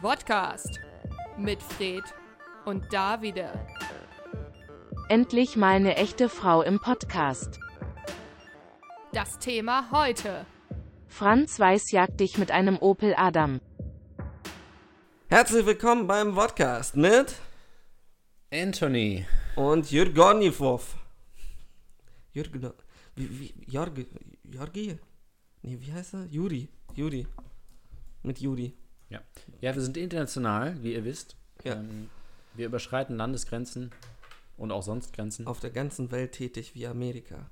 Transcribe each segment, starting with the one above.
Podcast mit Fred und Davide. Endlich mal eine echte Frau im Podcast. Das Thema heute. Franz Weiß jagt dich mit einem Opel Adam. Herzlich willkommen beim Podcast mit Anthony. und Jürgonifov. Jorgi? Nee, wie heißt er? Juri. Mit Juri. Ja, wir sind international, wie ihr wisst. Ja. Wir überschreiten Landesgrenzen und auch sonst Grenzen. Auf der ganzen Welt tätig wie Amerika.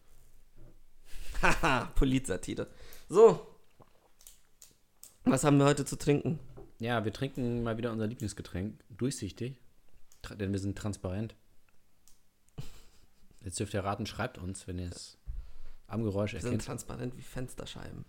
Haha, Politsatire. So. Was haben wir heute zu trinken? Ja, wir trinken mal wieder unser Lieblingsgetränk. Durchsichtig. Denn wir sind transparent. Jetzt dürft ihr raten, schreibt uns, wenn ihr es am Geräusch Wir sind erkennt. transparent wie Fensterscheiben.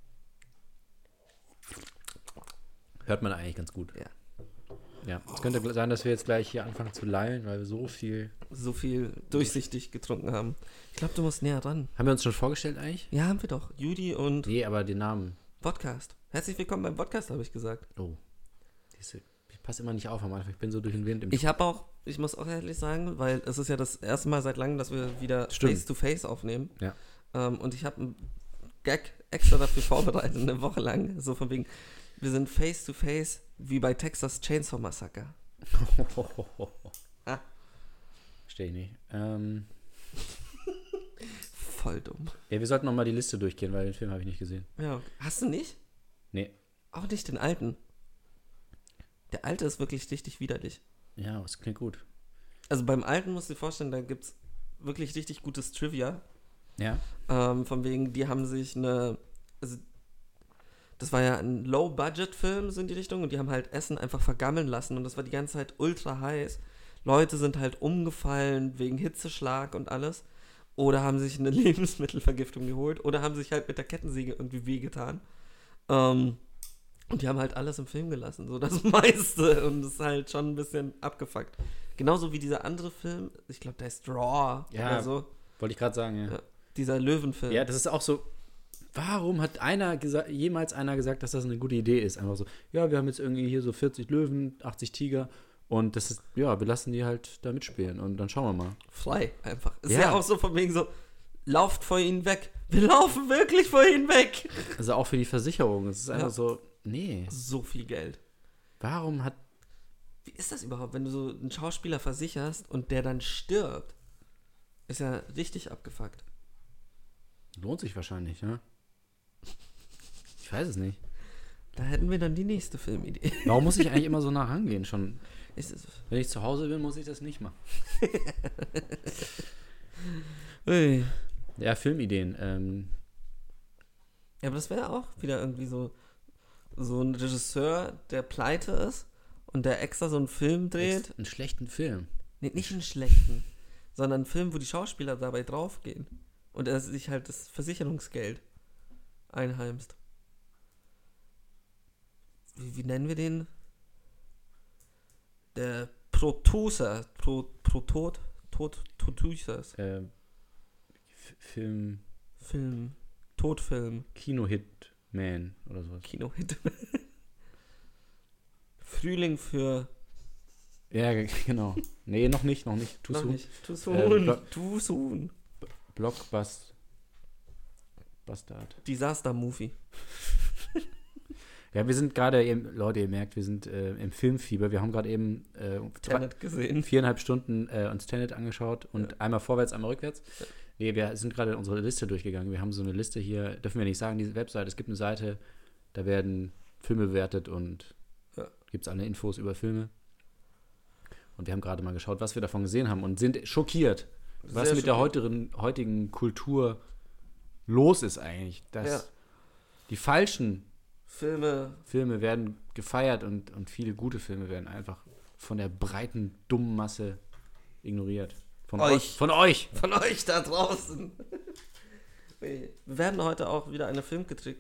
Hört man eigentlich ganz gut. Ja. Ja, es könnte sein, dass wir jetzt gleich hier anfangen zu lallen, weil wir so viel... So viel durchsichtig getrunken haben. Ich glaube, du musst näher ran. Haben wir uns schon vorgestellt eigentlich? Ja, haben wir doch. Juri und Nee, aber den Namen. Podcast. Herzlich willkommen beim Podcast, habe ich gesagt. Oh. Ich passe immer nicht auf am Anfang. Ich bin so durch den Wind im Ich muss auch ehrlich sagen, weil es ist ja das erste Mal seit langem, dass wir wieder Stimmt. Face-to-Face aufnehmen. Ja. Und ich habe einen Gag extra dafür vorbereitet, eine Woche lang. So von wegen, wir sind Face-to-Face wie bei Texas Chainsaw Massacre. Ah. Verstehe ich nicht. Voll dumm. Ja, wir sollten noch mal die Liste durchgehen, weil den Film habe ich nicht gesehen. Ja, hast du nicht? Nee. Auch nicht den alten. Der alte ist wirklich richtig widerlich. Ja, das klingt gut. Also beim alten musst du dir vorstellen, da gibt es wirklich richtig gutes Trivia. Ja. Von wegen, die haben sich also das war ja ein Low-Budget-Film, so in die Richtung, und die haben halt Essen einfach vergammeln lassen und das war die ganze Zeit ultra heiß. Leute sind halt umgefallen wegen Hitzeschlag und alles oder haben sich eine Lebensmittelvergiftung geholt oder haben sich halt mit der Kettensäge irgendwie wehgetan. Und die haben halt alles im Film gelassen, so das meiste, und das ist halt schon ein bisschen abgefuckt. Genauso wie dieser andere Film, ich glaube, der heißt Raw oder so. Wollte ich gerade sagen, ja. Ja, dieser Löwenfilm. Ja, das ist auch so, warum hat jemals einer gesagt, dass das eine gute Idee ist? Einfach so, ja, wir haben jetzt irgendwie hier so 40 Löwen, 80 Tiger und das ist, ja, wir lassen die halt da mitspielen und dann schauen wir mal. Frei, einfach. Ist Ja. ja auch so von wegen so, lauft vor ihnen weg. Wir laufen wirklich vor ihnen weg. Also auch für die Versicherung, es ist einfach Ja. so, nee, So viel Geld. warum hat, Wie ist das überhaupt, wenn du so einen Schauspieler versicherst und der dann stirbt? Ist ja richtig abgefuckt. lohnt sich wahrscheinlich, ja? Ich weiß es nicht. Da hätten wir dann die nächste Filmidee. Warum muss ich eigentlich immer so nah rangehen schon? Ist es? Wenn ich zu Hause bin, muss ich das nicht machen. Ui. Ja, Filmideen. Ja, aber das wäre auch wieder irgendwie so ein Regisseur, der pleite ist und der extra so einen Film dreht. Einen schlechten Film. Nee, nicht einen schlechten, sondern einen Film, wo die Schauspieler dabei draufgehen. Und er sich halt das Versicherungsgeld einheimst. Wie nennen wir den? Der Producer. Producers. Film, Film. Todfilm. Kino-Hit-Man oder sowas. Kino-Hit. Frühling für... Ja, genau. Nee, noch nicht. Too Noch soon. nicht. Too soon. Blo- Too soon. Bastard. Disaster-Movie. Ja, wir sind gerade eben, Leute, ihr merkt, wir sind im Filmfieber. Wir haben gerade eben Tenet gesehen. 4,5 Stunden uns Tenet angeschaut und einmal vorwärts, einmal rückwärts. Ja. Nee, wir sind gerade unsere Liste durchgegangen. Wir haben so eine Liste hier, dürfen wir nicht sagen, diese Webseite. Es gibt eine Seite, da werden Filme bewertet und gibt es alle Infos über Filme. Und wir haben gerade mal geschaut, was wir davon gesehen haben und sind schockiert, was Sehr mit der schockiert. heutigen Kultur los ist eigentlich. Dass Ja. die falschen Filme werden gefeiert und viele gute Filme werden einfach von der breiten, dummen Masse ignoriert. Von euch. Von euch da draußen. Wir werden heute auch wieder eine Filmkritik.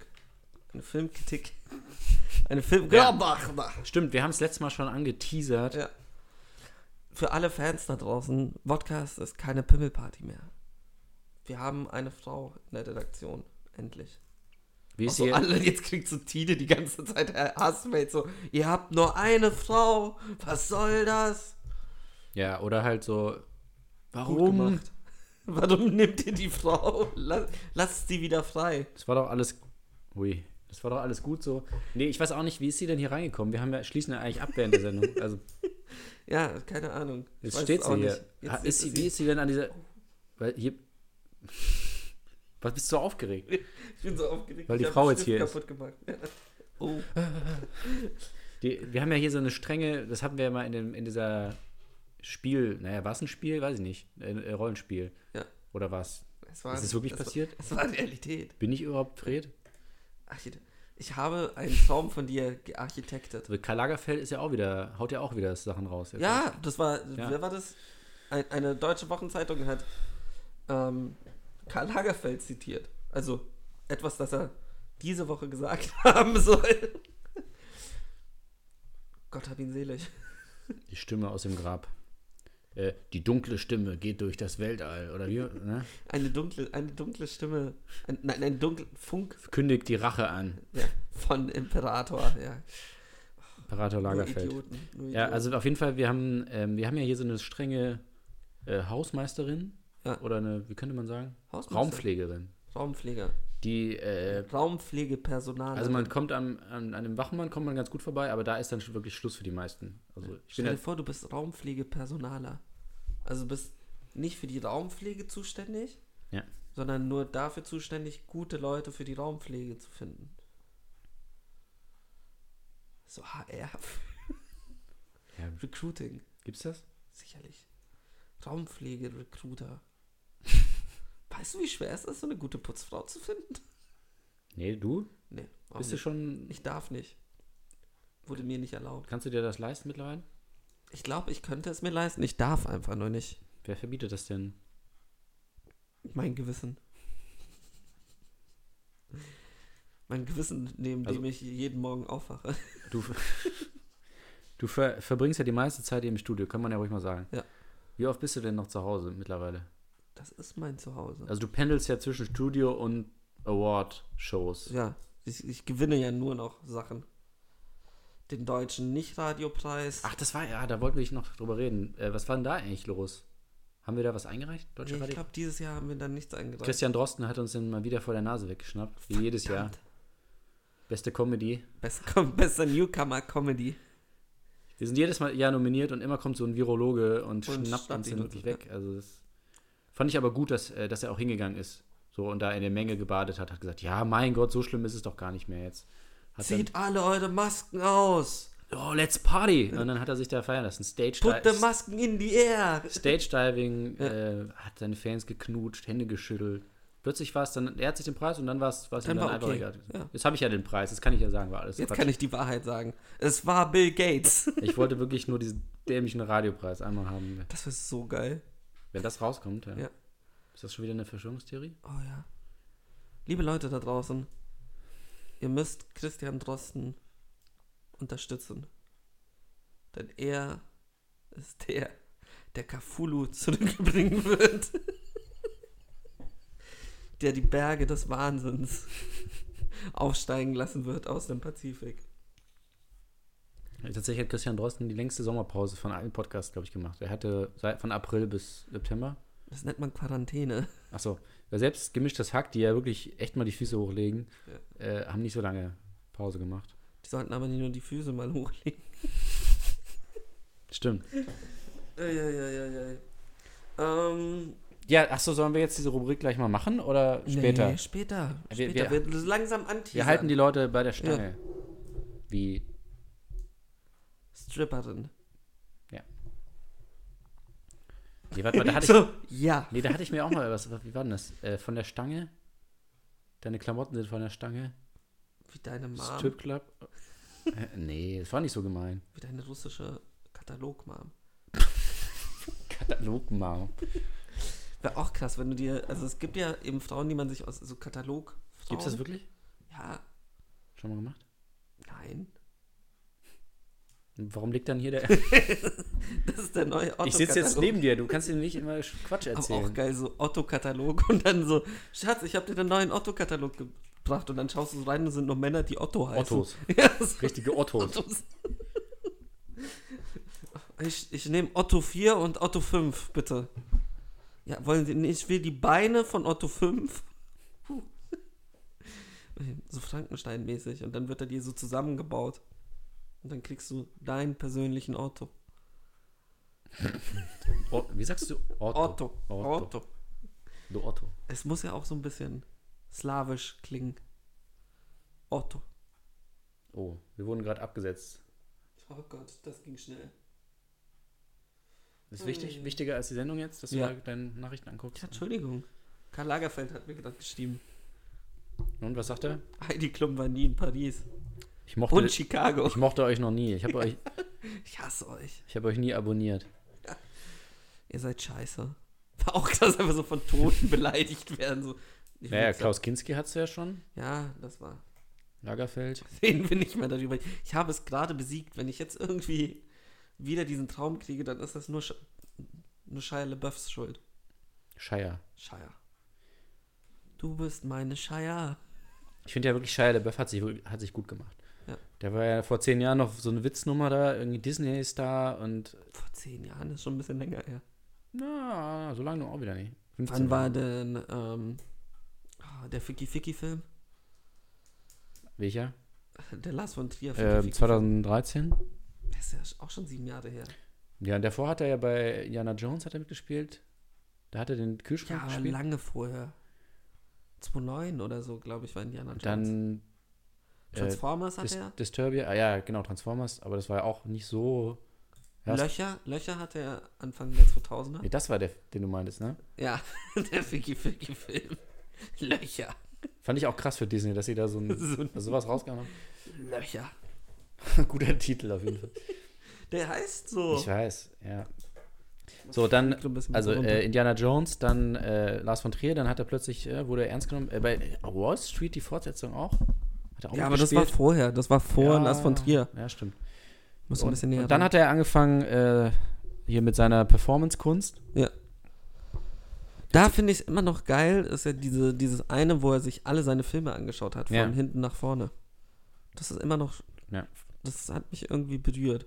Stimmt, wir haben es letztes Mal schon angeteasert. Ja. Für alle Fans da draußen, Podcast ist keine Pimmelparty mehr. Wir haben eine Frau in der Redaktion, endlich. Wie ist so alle, jetzt kriegt so Tine die ganze Zeit Hassmail, so, ihr habt nur eine Frau, was soll das? Ja, oder halt so, Gut warum? gemacht. Warum nimmt ihr die Frau? Lasst sie wieder frei. Das war doch alles gut so. Nee, ich weiß auch nicht, wie ist sie denn hier reingekommen? Schließen ja eigentlich ab während der Sendung. Also, Ja, keine Ahnung. Ich jetzt weiß steht es auch sie hier. nicht. Jetzt Wie ist sie denn an dieser... Weil hier... Was bist du so aufgeregt? Ich bin so aufgeregt. Weil die Ich hab Frau den jetzt Stift hier ist. kaputt gemacht. Ja. Oh. Wir haben ja hier so eine strenge... Das hatten wir ja mal in dieser Spiel... Naja, war es ein Spiel? Weiß ich nicht. Rollenspiel. Ja. Oder was? Ist es wirklich passiert? Es war Realität. Bin ich überhaupt Fred? Ich habe einen Traum von dir gearchitektet. Also Karl Lagerfeld haut ja auch wieder Sachen raus. Jetzt. Ja, das war, Ja. wer war das? Eine deutsche Wochenzeitung hat Karl Lagerfeld zitiert. Also etwas, das er diese Woche gesagt haben soll. Gott hab ihn selig. Die Stimme aus dem Grab. Die dunkle Stimme geht durch das Weltall. Oder wie? Ne? Eine dunkle Stimme. Ein dunkler Funk. Kündigt die Rache an. Ja, von Imperator. Ja. Imperator Lagerfeld. Nur Idioten. Ja, also auf jeden Fall, wir haben ja hier so eine strenge Hausmeisterin. Ja. Oder eine, wie könnte man sagen? Hausmeister. Raumflegerin. Raumpfleger. Die, Raumpflegepersonal. also man kommt an dem Wachmann kommt man ganz gut vorbei, aber da ist dann schon wirklich Schluss für die meisten. Also ich bin Stell ja, dir vor, du bist Raumpflegepersonaler. Also du bist nicht für die Raumpflege zuständig, Ja. sondern nur dafür zuständig, gute Leute für die Raumpflege zu finden. So HR. ja, Recruiting, gibt's das? sicherlich. Raumpflege-Recruiter. Weißt du, wie schwer es ist, so eine gute Putzfrau zu finden? Nee, du? Nee, auch Bist du nicht. schon, Ich darf nicht. Wurde mir nicht erlaubt. kannst du dir das leisten mittlerweile? Ich glaube, ich könnte es mir leisten. Ich darf einfach nur nicht. Wer verbietet das denn? Mein Gewissen. Mein Gewissen, neben Also- dem ich jeden Morgen aufwache. Du verbringst ja die meiste Zeit hier im Studio, kann man ja ruhig mal sagen. Ja. Wie oft bist du denn noch zu Hause mittlerweile? Das ist mein Zuhause. Also du pendelst ja zwischen Studio und Award-Shows. Ja, ich gewinne ja nur noch Sachen. Den deutschen Nicht-Radiopreis. Ach, da wollten wir noch drüber reden. Was war denn da eigentlich los? Haben wir da was eingereicht? Deutsche Nee, ich Radio? glaube, dieses Jahr haben wir dann nichts eingereicht. Christian Drosten hat uns dann mal wieder vor der Nase weggeschnappt, wie jedes Jahr. Verdammt. Beste Comedy. Bester Newcomer-Comedy. Wir sind jedes Jahr nominiert und immer kommt so ein Virologe und schnappt uns ihn den uns, wirklich ja. weg. Also das fand ich aber gut, dass er auch hingegangen ist. So und da in der Menge gebadet hat gesagt, ja, mein Gott, so schlimm ist es doch gar nicht mehr jetzt. Zieht alle eure Masken aus. Oh, let's party! Und dann hat er sich da feiern lassen. Put the Masken in the air. Stage Diving, hat seine Fans geknutscht, Hände geschüttelt. Plötzlich war es dann, er hat sich den Preis und dann war es ihm dann war einfach okay. egal. Ja. Jetzt habe ich ja den Preis, das kann ich ja sagen, war alles Jetzt Quatsch. kann ich die Wahrheit sagen. Es war Bill Gates. Ich wollte wirklich nur diesen dämlichen Radiopreis einmal haben. Das wäre so geil. Wenn das rauskommt, ja. Ja. Ist das schon wieder eine Verschwörungstheorie? Oh ja. Liebe Leute da draußen, ihr müsst Christian Drosten unterstützen. Denn er ist der Cthulhu zurückbringen wird. Der die Berge des Wahnsinns aufsteigen lassen wird aus dem Pazifik. Tatsächlich hat Christian Drosten die längste Sommerpause von allen Podcasts, glaube ich, gemacht. Er hatte von April bis September. Das nennt man Quarantäne. Achso, selbst gemischtes Hack, die ja wirklich echt mal die Füße hochlegen, haben nicht so lange Pause gemacht. Die sollten aber nicht nur die Füße mal hochlegen. Stimmt. Ja. Ja, achso, sollen wir jetzt diese Rubrik gleich mal machen oder später? Nee, später. Wir- Wir langsam anteasern. Wir halten die Leute bei der Stange. Wie? Stripperin. Nee, warte mal, da hatte So, ja. da hatte ich mir auch mal was. Wie war denn das? Von der Stange? Deine Klamotten sind von der Stange? Wie deine Mom. Stripclub? Nee, das war nicht so gemein. Wie deine russische Katalog-Mom. Katalogmau. Wäre auch krass, wenn du dir, also es gibt ja eben Frauen, die man sich aus so Katalog. Gibt's das wirklich? Ja, Schon mal gemacht? nein. Und warum liegt dann hier der. Das ist der neue Otto-Katalog. Ich sitze jetzt neben dir, du kannst dir nicht immer Quatsch Aber erzählen. auch geil, so Otto-Katalog und dann so, Schatz, ich habe dir den neuen Otto-Katalog mitgebracht und dann schaust du so rein und sind nur Männer, die Otto heißen. Ottos. Ja, so Richtige Ottos. Ottos. Ich nehme Otto 4 und Otto 5, bitte. Ja, wollen Sie nicht? Ich will die Beine von Otto 5. So Frankenstein-mäßig. Und dann wird er dir so zusammengebaut. Und dann kriegst du deinen persönlichen Otto. Wie sagst du? Otto. Du Otto. Es muss ja auch so ein bisschen slawisch klingen. Otto. Oh, wir wurden gerade abgesetzt. Oh Gott, das ging schnell. Ist wichtiger als die Sendung jetzt, dass du da deine Nachrichten anguckst? Ja, Entschuldigung. Karl Lagerfeld hat mir gerade geschrieben. Und was sagt er? Heidi Klum war nie in Paris. Und Chicago. Ich mochte euch noch nie. Ich hasse euch. Ich habe euch nie abonniert. Ja. Ihr seid scheiße. War auch krass, einfach so von Toten beleidigt werden. So. Ja, Klaus Kinski hat's ja schon. Ja, das war. Lagerfeld. Reden wir nicht mehr darüber. Ich habe es gerade besiegt. Wenn ich jetzt irgendwie wieder diesen Traum kriege, dann ist das nur Shia LaBeoufs Schuld. Shia. Du bist meine Shia. Ich finde ja wirklich, Shia LaBeouf hat sich gut gemacht. Ja. Der war ja vor 10 Jahren noch so eine Witznummer da, irgendwie Disney-Star und... Vor 10 Jahren ist schon ein bisschen länger her. Na, so lange auch wieder nicht. Wann war denn der Ficky-Ficky-Film? Welcher? Der Lars von Trier. 2013. Das ist ja auch schon 7 Jahre her. Ja, davor hat er ja bei Indiana Jones mitgespielt. Da hat er den Kühlschrank gespielt. Ja, lange vorher. 2009 oder so, glaube ich, war Indiana Jones. Dann Transformers hat er. Disturbia, ja, genau, Transformers, aber das war ja auch nicht so... Löcher hatte er Anfang der 2000er. Nee, das war der, den du meintest, ne? Ja, der Ficky-Ficky-Film. Löcher. Fand ich auch krass für Disney, dass sie da sowas rausgehauen haben. Löcher. Guter Titel auf jeden Fall. Der heißt so. Ich weiß, ja. So, dann, also Indiana Jones, dann Lars von Trier, dann hat er plötzlich, wurde er ernst genommen. Bei Wall Street die Fortsetzung auch. Hat er auch aber das war vorher. Das war vor Lars von Trier. Ja, stimmt. Muss ein bisschen näher und dann hat er angefangen hier mit seiner Performance-Kunst. Ja. Da finde ich es immer noch geil, ist ja dieses eine, wo er sich alle seine Filme angeschaut hat, von hinten nach vorne. Das ist immer noch, das hat mich irgendwie berührt.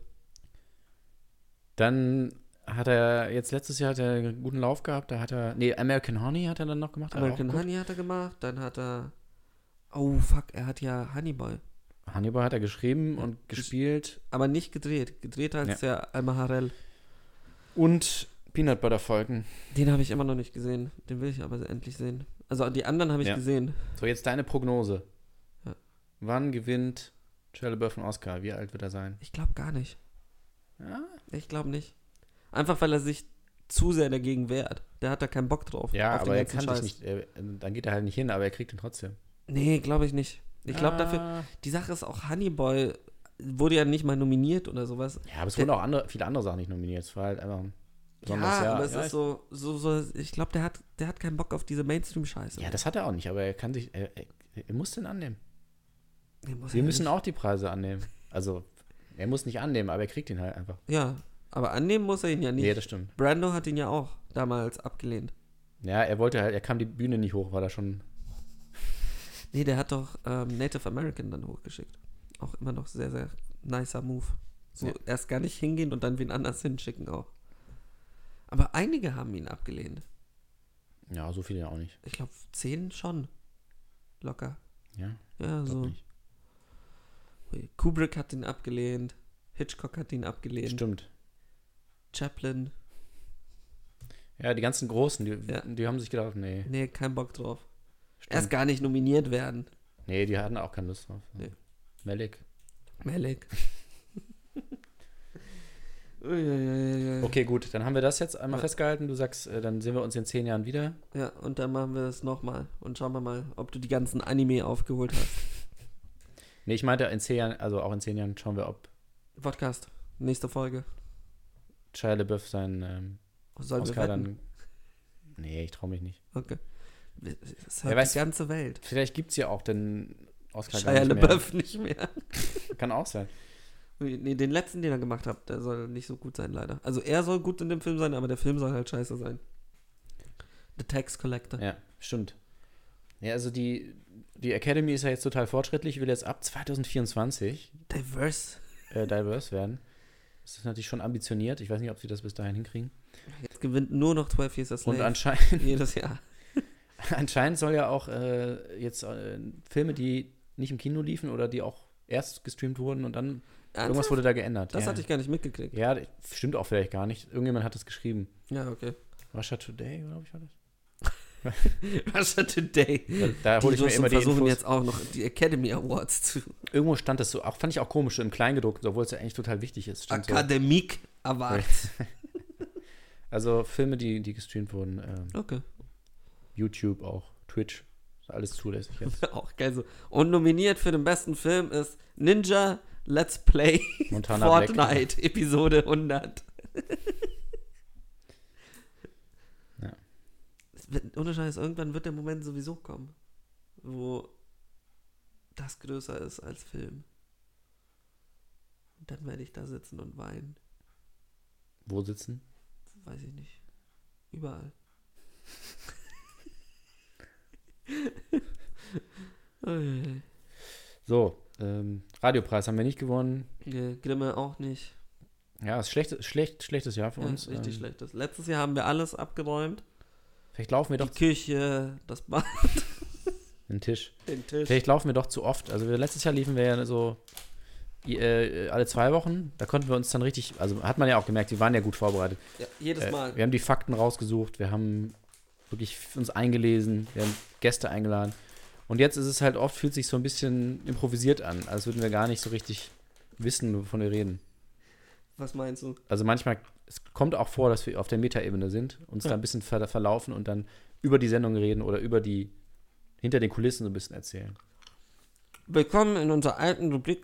Dann hat er, jetzt letztes Jahr hat er einen guten Lauf gehabt, American Honey hat er dann noch gemacht. American Honey hat er gemacht, dann hat er, er hat ja Hannibal hat er geschrieben und gespielt. Aber nicht gedreht. Gedreht hat es ja Alma Harrell. Und Peanut Butter Falcon. Den habe ich immer noch nicht gesehen. Den will ich aber endlich sehen. Also die anderen habe ich gesehen. So, jetzt deine Prognose. Ja. Wann gewinnt Shia LaBeouf einen Oscar? Wie alt wird er sein? Ich glaube gar nicht. Ja? Ich glaube nicht. Einfach, weil er sich zu sehr dagegen wehrt. Der hat da keinen Bock drauf. Ja, aber er kann sich nicht, dann geht er halt nicht hin, aber er kriegt ihn trotzdem. Nee, glaube ich nicht. Ich glaube dafür, die Sache ist auch, Hannibal wurde ja nicht mal nominiert oder sowas. Ja, aber es wurden auch viele andere Sachen nicht nominiert. Es war halt einfach ein besonderes Jahr. Aber es ist so, ich glaube, der hat keinen Bock auf diese Mainstream-Scheiße. Ja, das hat er auch nicht, aber er kann sich, er muss den annehmen. Wir müssen auch die Preise annehmen. Also, er muss nicht annehmen, aber er kriegt ihn halt einfach. Ja, aber annehmen muss er ihn ja nicht. Nee, das stimmt. Brando hat ihn ja auch damals abgelehnt. Ja, er kam die Bühne nicht hoch, war da schon... Nee, der hat doch Native American dann hochgeschickt. Auch immer noch sehr, sehr nicer Move. So erst gar nicht hingehen und dann wen anders hinschicken auch. Aber einige haben ihn abgelehnt. Ja, so viele ja auch nicht. Ich glaube, 10 schon. Locker. Ja? Ja, so. Nicht. Kubrick hat ihn abgelehnt. Hitchcock hat ihn abgelehnt. Stimmt. Chaplin. Ja, die ganzen Großen, die haben sich gedacht, nee. Nee, kein Bock drauf. Stimmt. Erst gar nicht nominiert werden. Nee, die hatten auch keine Lust drauf. Nee. Malik. Okay, gut, dann haben wir das jetzt einmal festgehalten. Du sagst, dann sehen wir uns in 10 Jahren wieder. Ja, und dann machen wir es nochmal und schauen wir mal, ob du die ganzen Anime aufgeholt hast. Nee, ich meinte in 10 Jahren, also auch in 10 Jahren schauen wir, ob Podcast, nächste Folge. Shia LaBeouf sein Oscar dann... Nee, ich traue mich nicht. Okay. Das hört die ganze Welt. Vielleicht gibt es ja auch den Oscar Shia LaBeouf nicht mehr. Kann auch sein. Nee, den letzten, den er gemacht hat, der soll nicht so gut sein, leider. Also er soll gut in dem Film sein, aber der Film soll halt scheiße sein. The Tax Collector. Ja, stimmt. Ja, also die Academy ist ja jetzt total fortschrittlich, will jetzt ab 2024 diverse werden. Das ist natürlich schon ambitioniert. Ich weiß nicht, ob sie das bis dahin hinkriegen. Jetzt gewinnt nur noch 12 Years a Slave. Und anscheinend jedes Jahr. Anscheinend soll ja auch jetzt Filme, die nicht im Kino liefen oder die auch erst gestreamt wurden und dann irgendwas wurde da geändert. Das hatte ich gar nicht mitgekriegt. Ja, stimmt auch vielleicht gar nicht. Irgendjemand hat es geschrieben. Ja, okay. Russia Today, glaube ich, war das? Russia Today. Da hole ich mir immer die versuchen Infos. jetzt auch noch die Academy Awards zu. Irgendwo stand das so, auch fand ich auch komisch, so im Kleingedruckten, obwohl es ja eigentlich total wichtig ist. Stand Academic Awards. Also Filme, die gestreamt wurden. Okay. YouTube auch, Twitch, ist alles zulässig jetzt. Auch geil so. Und nominiert für den besten Film ist Ninja Let's Play Montana Fortnite Black. Episode 100. Ja. Ohne Scheiß, irgendwann wird der Moment sowieso kommen, wo das größer ist als Film. Und dann werde ich da sitzen und weinen. Wo sitzen? Weiß ich nicht. Überall. So, Radiopreis haben wir nicht gewonnen. Grimme auch nicht. Ja, ist schlechtes Jahr für uns. Richtig schlechtes. Letztes Jahr haben wir alles abgeräumt. Vielleicht laufen wir doch. Die Küche, das Bad. Den Tisch. Den Tisch. Vielleicht laufen wir doch zu oft. Also letztes Jahr liefen wir ja so alle 2 Wochen. Da konnten wir uns dann richtig, also hat man ja auch gemerkt, wir waren ja gut vorbereitet. Ja, jedes Mal. Wir haben die Fakten rausgesucht, wir haben wirklich uns eingelesen, wir haben Gäste eingeladen. Und jetzt ist es halt oft, fühlt sich so ein bisschen improvisiert an, als würden wir gar nicht so richtig wissen, wovon wir reden. Was meinst du? Also manchmal, es kommt auch vor, dass wir auf der Metaebene sind, uns da ein bisschen verlaufen und dann über die Sendung reden oder hinter den Kulissen so ein bisschen erzählen. Willkommen in unserer alten Rubrik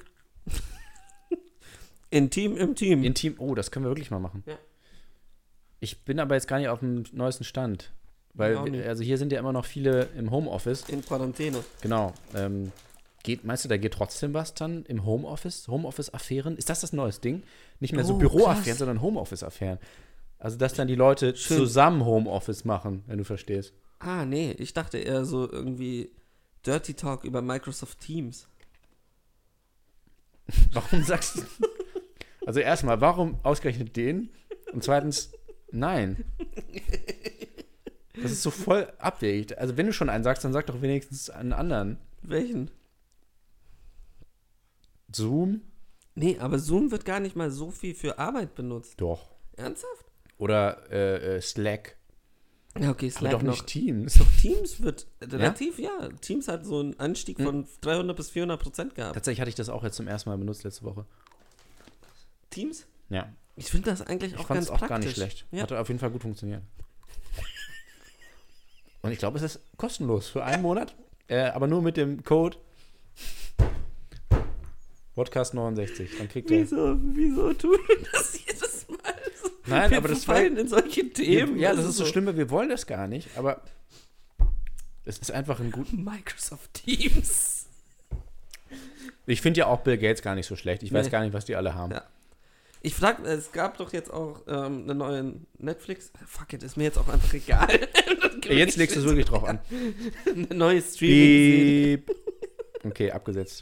Intim im Team. Intim, oh, das können wir wirklich mal machen. Ja. Ich bin aber jetzt gar nicht auf dem neuesten Stand. Weil, also hier sind ja immer noch viele im Homeoffice. In Quarantäne. Genau. Meinst du, da geht trotzdem was dann im Homeoffice? Homeoffice-Affären? Ist das neues Ding? Nicht mehr so Büroaffären, sondern Homeoffice-Affären. Also, dass dann die Leute zusammen Homeoffice machen, wenn du verstehst. Ah, nee. Ich dachte eher so irgendwie Dirty Talk über Microsoft Teams. Warum sagst du? Also erstmal, warum ausgerechnet den? Und zweitens, nein. Das ist so voll abwegig. Also wenn du schon einen sagst, dann sag doch wenigstens einen anderen. Welchen? Zoom? Nee, aber Zoom wird gar nicht mal so viel für Arbeit benutzt. Doch. Ernsthaft? Oder Slack. Ja, okay, Slack aber doch noch. nicht Teams. Doch, Teams wird relativ, ja. Teams hat so einen Anstieg von 300 bis 400% gehabt. Tatsächlich hatte ich das auch jetzt zum ersten Mal benutzt letzte Woche. Teams? Ja. Ich finde das eigentlich auch ganz praktisch. Ich fand es auch gar nicht schlecht. Ja. Hat auf jeden Fall gut funktioniert. Und ich glaube, es ist kostenlos für einen Monat. Aber nur mit dem Code Podcast 69. Dann kriegt ihr. Wieso tun wir das jedes Mal? Nein, wir aber das fallen in solche Themen. Ja, das ist so schlimm, wir wollen das gar nicht, aber es ist einfach ein guter Microsoft Teams. Ich finde ja auch Bill Gates gar nicht so schlecht. Ich weiß gar nicht, was die alle haben. Ja. Ich frage, es gab doch jetzt auch eine neue Netflix. Fuck it, ist mir jetzt auch einfach egal. Jetzt legst du es wirklich drauf an. Eine neue Streaming-Serie. Okay, abgesetzt.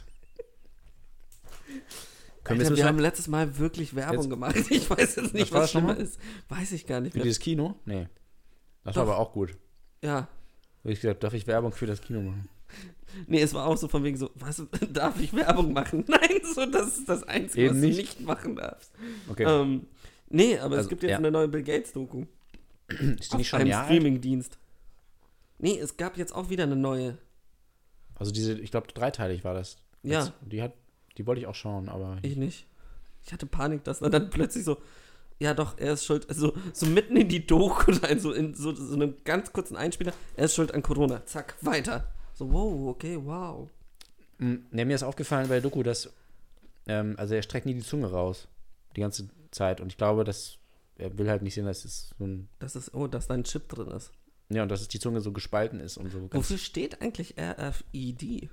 Alter, wir haben letztes Mal wirklich Werbung gemacht. Ich weiß jetzt nicht, was schlimmer ist. Weiß ich gar nicht für mehr. dieses Kino? Nee. Das war aber auch gut. Ja. Ich gesagt, darf ich Werbung für das Kino machen? Nee, es war auch so von wegen so, was, darf ich Werbung machen? Nein, so, das ist das Einzige, eben was nicht. du nicht machen darfst. Okay. Nee, aber es gibt jetzt eine neue Bill Gates-Doku. Ist die nicht schon ein ein Streaming-Dienst. Nee, es gab jetzt auch wieder eine neue. Also ich glaube, 3-teilig war das. Ja. Die wollte ich auch schauen, aber... Ich nicht. Ich hatte Panik, dass dann plötzlich so, ja doch, er ist schuld, also so mitten in die Doku rein, so in so einem ganz kurzen Einspieler, er ist schuld an Corona, zack, weiter. So, wow, okay, wow. Mir ist aufgefallen bei der Doku, dass, also er streckt nie die Zunge raus, die ganze Zeit. Und ich glaube, er will halt nicht sehen, dass es so ein... dass da ein Chip drin ist. Ja, und dass die Zunge so gespalten ist und so. Wofür steht eigentlich RFID?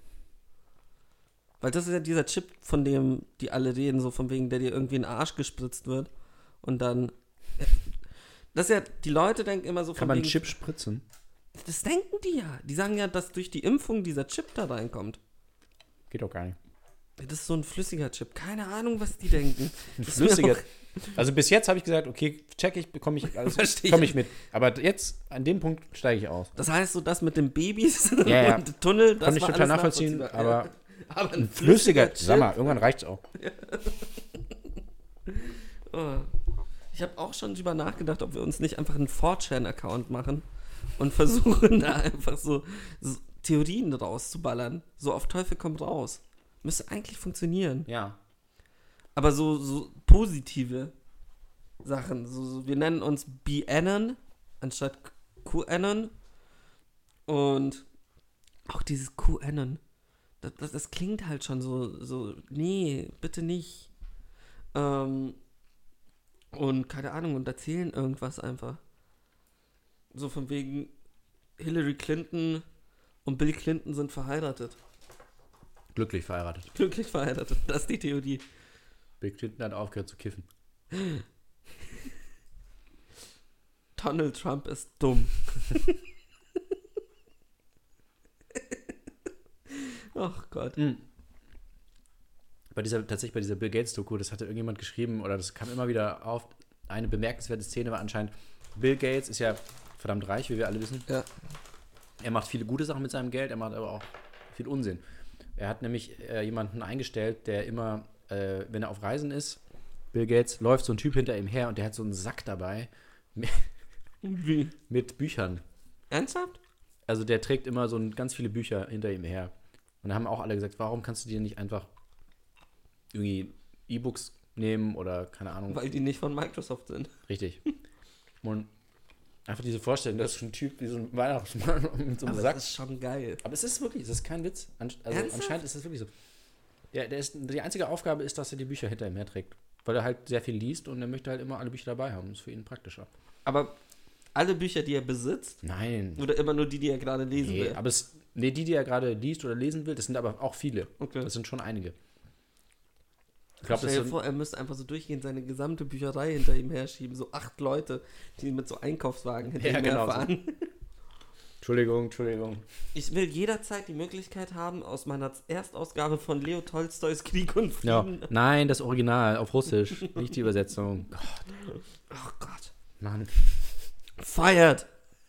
Weil das ist ja dieser Chip, von dem die alle reden, so von wegen, der dir irgendwie in den Arsch gespritzt wird. Und dann... Das ist ja, die Leute denken immer so von wegen... Kann man einen Chip spritzen? Das denken die ja. Die sagen ja, dass durch die Impfung dieser Chip da reinkommt. Geht doch gar nicht. Das ist so ein flüssiger Chip. Keine Ahnung, was die denken. Ein flüssiger. Also bis jetzt habe ich gesagt, okay, check ich, komme ich mit. Aber jetzt, an dem Punkt steige ich aus. Das heißt, so das mit den Babys Ja. und Tunnel, das Kann ich war total alles nachvollziehen, nachvollziehbar. aber ein flüssiger, Chip. sag mal, irgendwann reicht's auch. Oh. Ich habe auch schon drüber nachgedacht, ob wir uns nicht einfach einen 4chan-Account machen und versuchen da einfach so Theorien rauszuballern. So auf Teufel kommt raus. Müsste eigentlich funktionieren. Ja. Aber so positive Sachen. So, wir nennen uns BAnon anstatt QAnon. Und auch dieses QAnon. Das klingt halt schon so, nee, bitte nicht. Und keine Ahnung, und erzählen irgendwas einfach. So von wegen Hillary Clinton und Bill Clinton sind verheiratet. Glücklich verheiratet. Glücklich verheiratet, das ist die Theorie. Bill Clinton hat aufgehört zu kiffen. Donald Trump ist dumm. Ach Gott. Tatsächlich bei dieser Bill Gates-Doku, das hatte irgendjemand geschrieben, oder das kam immer wieder auf, eine bemerkenswerte Szene war anscheinend, Bill Gates ist ja verdammt reich, wie wir alle wissen. Ja. Er macht viele gute Sachen mit seinem Geld, er macht aber auch viel Unsinn. Er hat nämlich jemanden eingestellt, der immer, wenn er auf Reisen ist, Bill Gates, läuft so ein Typ hinter ihm her und der hat so einen Sack dabei Wie? mit Büchern. Ernsthaft? Also der trägt immer so ganz viele Bücher hinter ihm her. Und da haben auch alle gesagt, warum kannst du dir nicht einfach irgendwie E-Books nehmen oder keine Ahnung. Weil die nicht von Microsoft sind. Richtig. Und einfach diese Vorstellung, dass so ein Typ wie so ein Weihnachtsmann mit so einem Sack. Das ist schon geil. Aber es ist wirklich, es ist kein Witz. Ernsthaft? Anscheinend ist es wirklich so. Ja, die einzige Aufgabe ist, dass er die Bücher hinter ihm herträgt. Weil er halt sehr viel liest und er möchte halt immer alle Bücher dabei haben. Das ist für ihn praktischer. Aber alle Bücher, die er besitzt, Nein. oder immer nur die er gerade lesen will? Aber die er gerade liest oder lesen will, das sind aber auch viele. Okay. Das sind schon einige. Ich glaube, Stell dir vor, er müsste einfach so durchgehend seine gesamte Bücherei hinter ihm herschieben. So 8 Leute, die mit so Einkaufswagen hinter ihm herfahren. So. Entschuldigung. Ich will jederzeit die Möglichkeit haben, aus meiner Erstausgabe von Leo Tolstois Krieg und Frieden. Ja. Nein, das Original auf Russisch, nicht die Übersetzung. Oh Gott. Mann. Feiert!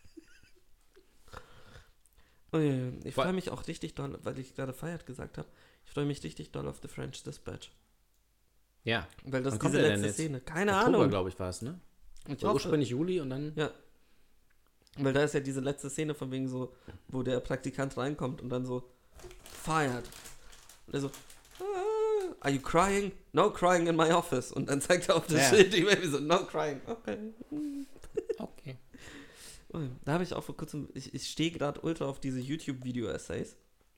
Ich freue mich auch richtig doll, weil ich gerade feiert gesagt habe. Ich freue mich richtig doll auf The French Dispatch. Ja. Weil das Wann ist kommt diese der denn letzte jetzt? Szene. Keine Oktober, Ahnung. glaube ich, war es, ne? Ich War hoffe. ursprünglich Juli und dann. Ja. Weil da ist ja diese letzte Szene von wegen so, wo der Praktikant reinkommt und dann so feiert. Und er so, are you crying? No crying in my office. Und dann zeigt er auf das Schild die Baby so, no crying. Okay. Da habe ich auch vor kurzem, ich stehe gerade ultra auf diese YouTube-Video-Essays.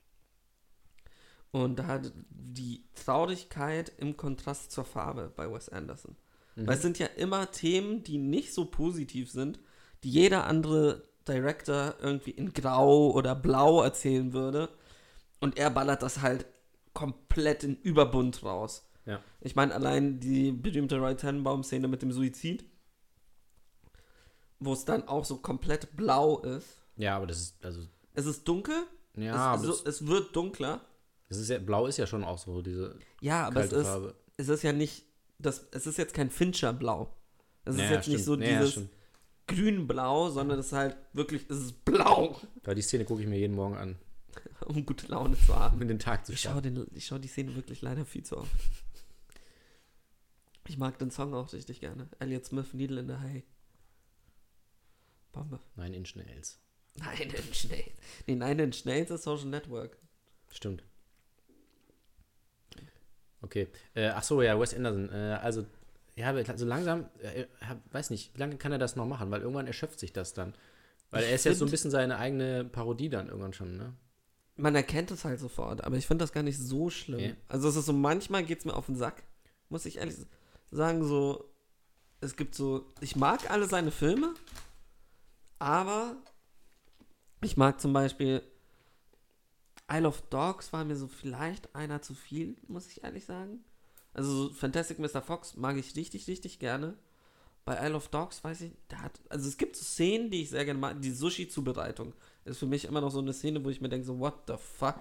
Und da hat die Traurigkeit im Kontrast zur Farbe bei Wes Anderson. Weil es sind ja immer Themen, die nicht so positiv sind, die jeder andere Director irgendwie in Grau oder Blau erzählen würde. Und er ballert das halt komplett in Überbunt raus. Ja. Ich meine, allein die berühmte Roy Tenenbaum-Szene mit dem Suizid, wo es dann auch so komplett blau ist. Ja, aber das ist, also. Es ist dunkel. Ja, es wird dunkler. Das ist ja, blau ist ja schon auch so, diese ja, aber Farbe. Es ist ja nicht, es ist jetzt kein Fincher-Blau. Es ist jetzt nicht so naja, dieses grün-blau, sondern es ist halt wirklich, es ist blau. Weil die Szene gucke ich mir jeden Morgen an. Um gute Laune zu haben. Um in den Tag zu Ich starten. schaue die Szene wirklich leider viel zu oft. Ich mag den Song auch richtig gerne. Elliott Smith, Needle in the Hay. Bombe. 9 Inch Nails. Nine Inch Nails. Nee, 9 Inch Nails ist Social Network. Stimmt. Okay. Ach so, ja, Wes Anderson. Also, ja, so langsam, weiß nicht, wie lange kann er das noch machen? Weil irgendwann erschöpft sich das dann. Weil er ist jetzt so ein bisschen seine eigene Parodie dann irgendwann schon, ne? Man erkennt es halt sofort, aber ich finde das gar nicht so schlimm. Okay. Also es ist so, manchmal geht es mir auf den Sack, muss ich ehrlich sagen, so, es gibt so, ich mag alle seine Filme, aber ich mag zum Beispiel Isle of Dogs war mir so vielleicht einer zu viel, muss ich ehrlich sagen. Also so Fantastic Mr. Fox mag ich richtig, richtig gerne. Bei Isle of Dogs weiß ich, also es gibt so Szenen, die ich sehr gerne mag. Die Sushi-Zubereitung ist für mich immer noch so eine Szene, wo ich mir denke, so, what the fuck?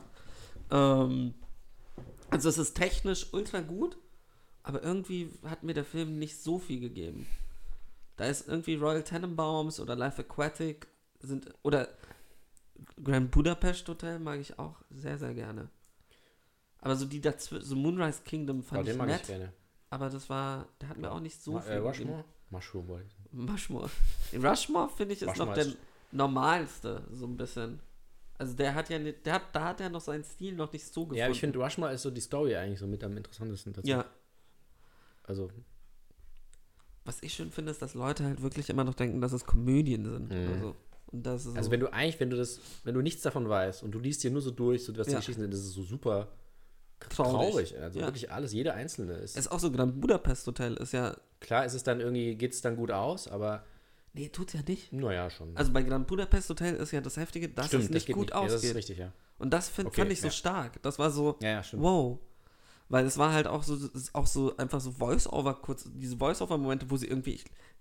Also es ist technisch ultra gut, aber irgendwie hat mir der Film nicht so viel gegeben. Da ist irgendwie Royal Tenenbaums oder Life Aquatic oder Grand Budapest Hotel mag ich auch sehr, sehr gerne. Aber so die dazwischen, so Moonrise Kingdom fand ich nett. Ich gerne. Aber der hat mir auch nicht so viel gegeben. Rushmore. Rushmore finde ich ist noch der normalste, so ein bisschen. Also der hat ja nicht, da hat er noch seinen Stil noch nicht so gefunden. Ja, ich finde Rushmore ist so die Story eigentlich so mit am interessantesten dazu. Ja. Also. Was ich schön finde, ist, dass Leute halt wirklich immer noch denken, dass es Komödien sind. Oder so. Und das ist also wenn du nichts davon weißt und du liest hier nur so durch, so was die Geschichten sind, das ist so super traurig. Also wirklich alles, jede einzelne ist. Es ist auch so, Grand Budapest Hotel ist ja. Klar, geht es dann gut aus, aber. Nee, tut's ja nicht. Naja, schon. Also bei Grand Budapest Hotel ist ja das Heftige, dass es nicht gut ausgeht. Ja, das ist richtig, ja. Und das fand ich so stark. Das war so, stimmt. Wow. Weil es war halt auch so einfach so Voice-Over, diese Voice-Over-Momente, wo sie irgendwie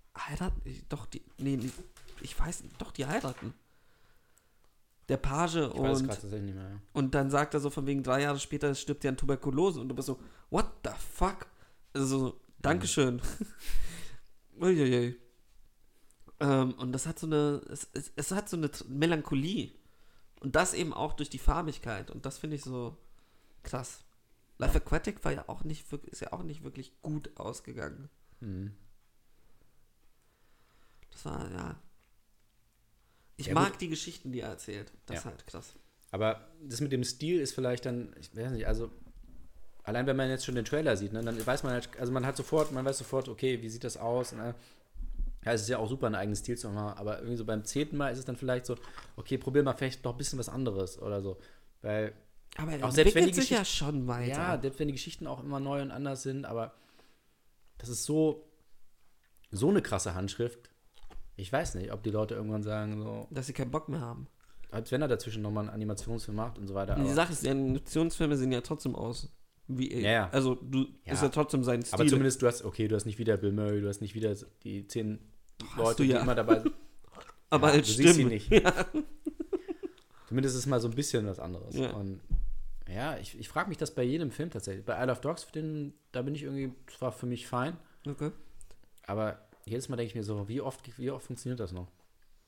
die heiraten. Der Page ich weiß es tatsächlich nicht mehr, ja. Und dann sagt er so von wegen 3 Jahre später stirbt er an Tuberkulose und du bist so, what the fuck? Also, Dankeschön. Uiuiui. Und das hat so eine, es hat so eine Melancholie. Und das eben auch durch die Farbigkeit. Und das finde ich so krass. Life Aquatic ist ja auch nicht wirklich gut ausgegangen. Mhm. Das war, Ich mag die Geschichten, die er erzählt. Das ist halt krass. Aber das mit dem Stil ist vielleicht dann, ich weiß nicht, also allein wenn man jetzt schon den Trailer sieht, ne, dann weiß man halt, also man weiß sofort, okay, wie sieht das aus? Und, es ist ja auch super, einen eigenen Stil zu haben, aber irgendwie so beim 10. Mal ist es dann vielleicht so, okay, probier mal vielleicht noch ein bisschen was anderes oder so. Weil aber er auch selbst wenn die sich ja schon weiter. Ja, selbst wenn die Geschichten auch immer neu und anders sind, aber das ist so eine krasse Handschrift. Ich weiß nicht, ob die Leute irgendwann sagen so, dass sie keinen Bock mehr haben. Als wenn er dazwischen nochmal einen Animationsfilm macht und so weiter. Die Sache ist, die Animationsfilme sehen ja trotzdem aus wie er. Ja. Also ist ja trotzdem sein Stil. Aber zumindest du hast nicht wieder Bill Murray, du hast nicht wieder die 10 Leute, die immer dabei sind. Aber du stimmt. siehst sie nicht. Ja. Zumindest ist es mal so ein bisschen was anderes. Ja. Und ich frage mich das bei jedem Film tatsächlich. Bei Isle of Dogs, da bin ich irgendwie, das war für mich fein. Okay. Aber jedes Mal denke ich mir so, wie oft funktioniert das noch?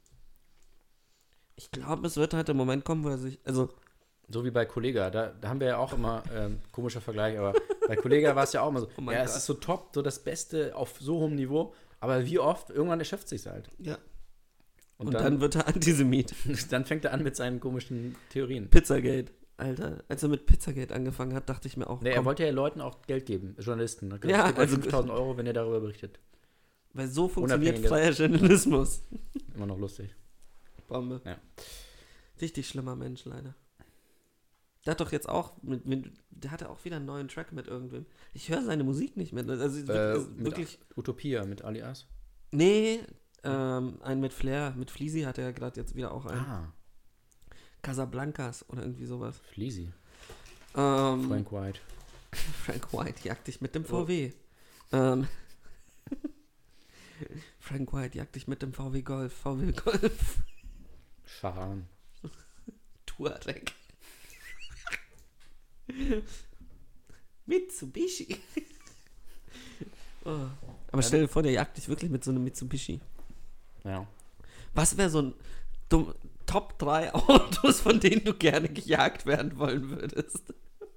Ich glaube, es wird halt der Moment kommen, wo er sich, also so wie bei Kollega, da haben wir ja auch immer, komischer Vergleich, aber bei Kollega war es ja auch immer so, es ist so top, so das Beste auf so hohem Niveau, aber wie oft, irgendwann erschöpft sich halt. Ja. Und dann wird er Antisemit. Dann fängt er an mit seinen komischen Theorien. Pizzagate, Alter. Als er mit Pizzagate angefangen hat, dachte ich mir auch, er wollte ja Leuten auch Geld geben, Journalisten. Ne? Ja, also 5.000 Euro, wenn er darüber berichtet. Weil so funktioniert freier Journalismus. Immer noch lustig. Bombe. Ja. Richtig schlimmer Mensch, leider. Der hat doch jetzt auch, der hatte auch wieder einen neuen Track mit irgendwem. Ich höre seine Musik nicht mehr. Also wirklich. Utopia mit Alias? Nee, einen mit Flair, mit Fleezy hat er gerade jetzt wieder auch einen. Casablancas oder irgendwie sowas. Fleezy. Frank White. Frank White jagt dich mit dem VW. Frank White jagt dich mit dem VW Golf. Charan. Touareg. Mitsubishi. Oh. Aber stell dir vor, der jagt dich wirklich mit so einem Mitsubishi. Ja. Was wäre so ein Top 3 Autos, von denen du gerne gejagt werden wollen würdest?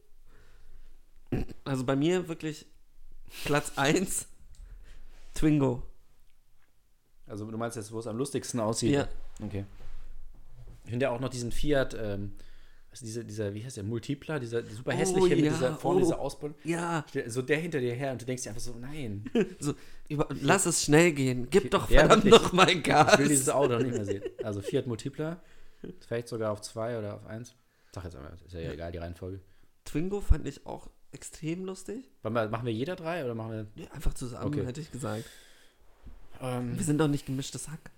Also bei mir wirklich Platz 1 Twingo. Also du meinst jetzt, wo es am lustigsten aussieht? Ja. Okay. Ich finde ja auch noch diesen Fiat, dieser, wie heißt der, Multipla, dieser super hässliche, mit dieser vorne, dieser Ausbau. Ja. So der hinter dir her und du denkst dir einfach so, nein. So, lass es schnell gehen. Gib doch verdammt noch mal Gas. Ich will dieses Auto noch nicht mehr sehen. Also Fiat Multipla, vielleicht sogar auf 2 oder auf 1. Sag jetzt einmal, ist ja egal, die Reihenfolge. Twingo fand ich auch extrem lustig. Machen wir jeder 3 oder machen wir... Ja, einfach zusammen, okay. Hätte ich gesagt. Wir sind doch nicht gemischtes Hack.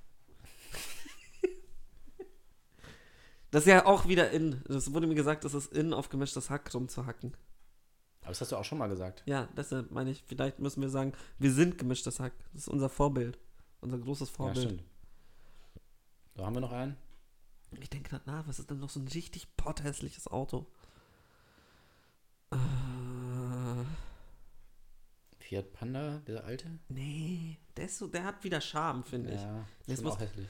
Das ist ja auch wieder in. Das wurde mir gesagt, es ist in, auf gemischtes Hack rumzuhacken. Aber das hast du auch schon mal gesagt. Ja, deshalb meine ich, vielleicht müssen wir sagen, wir sind gemischtes Hack. Das ist unser Vorbild. Unser großes Ja, Vorbild. stimmt. So, haben wir noch einen? Ich denke gerade nach, was ist denn noch so ein richtig potthässliches Auto? Fiat Panda, der alte? Nee, der hat wieder Charme, finde ich. Ja, Das ist muss- auch hässlich.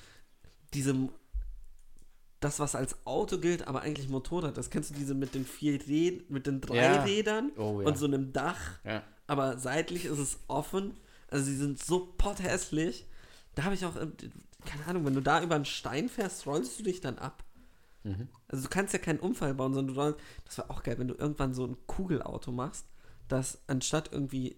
Das, was als Auto gilt, aber eigentlich Motorrad, das kennst du diese mit den mit den 3 Ja. Rädern Oh, ja. und so einem Dach, Ja. aber seitlich ist es offen. Also sie sind so potthässlich. Da habe ich auch, keine Ahnung, wenn du da über einen Stein fährst, rollst du dich dann ab. Mhm. Also du kannst ja keinen Unfall bauen, sondern das war auch geil, wenn du irgendwann so ein Kugelauto machst, das anstatt irgendwie,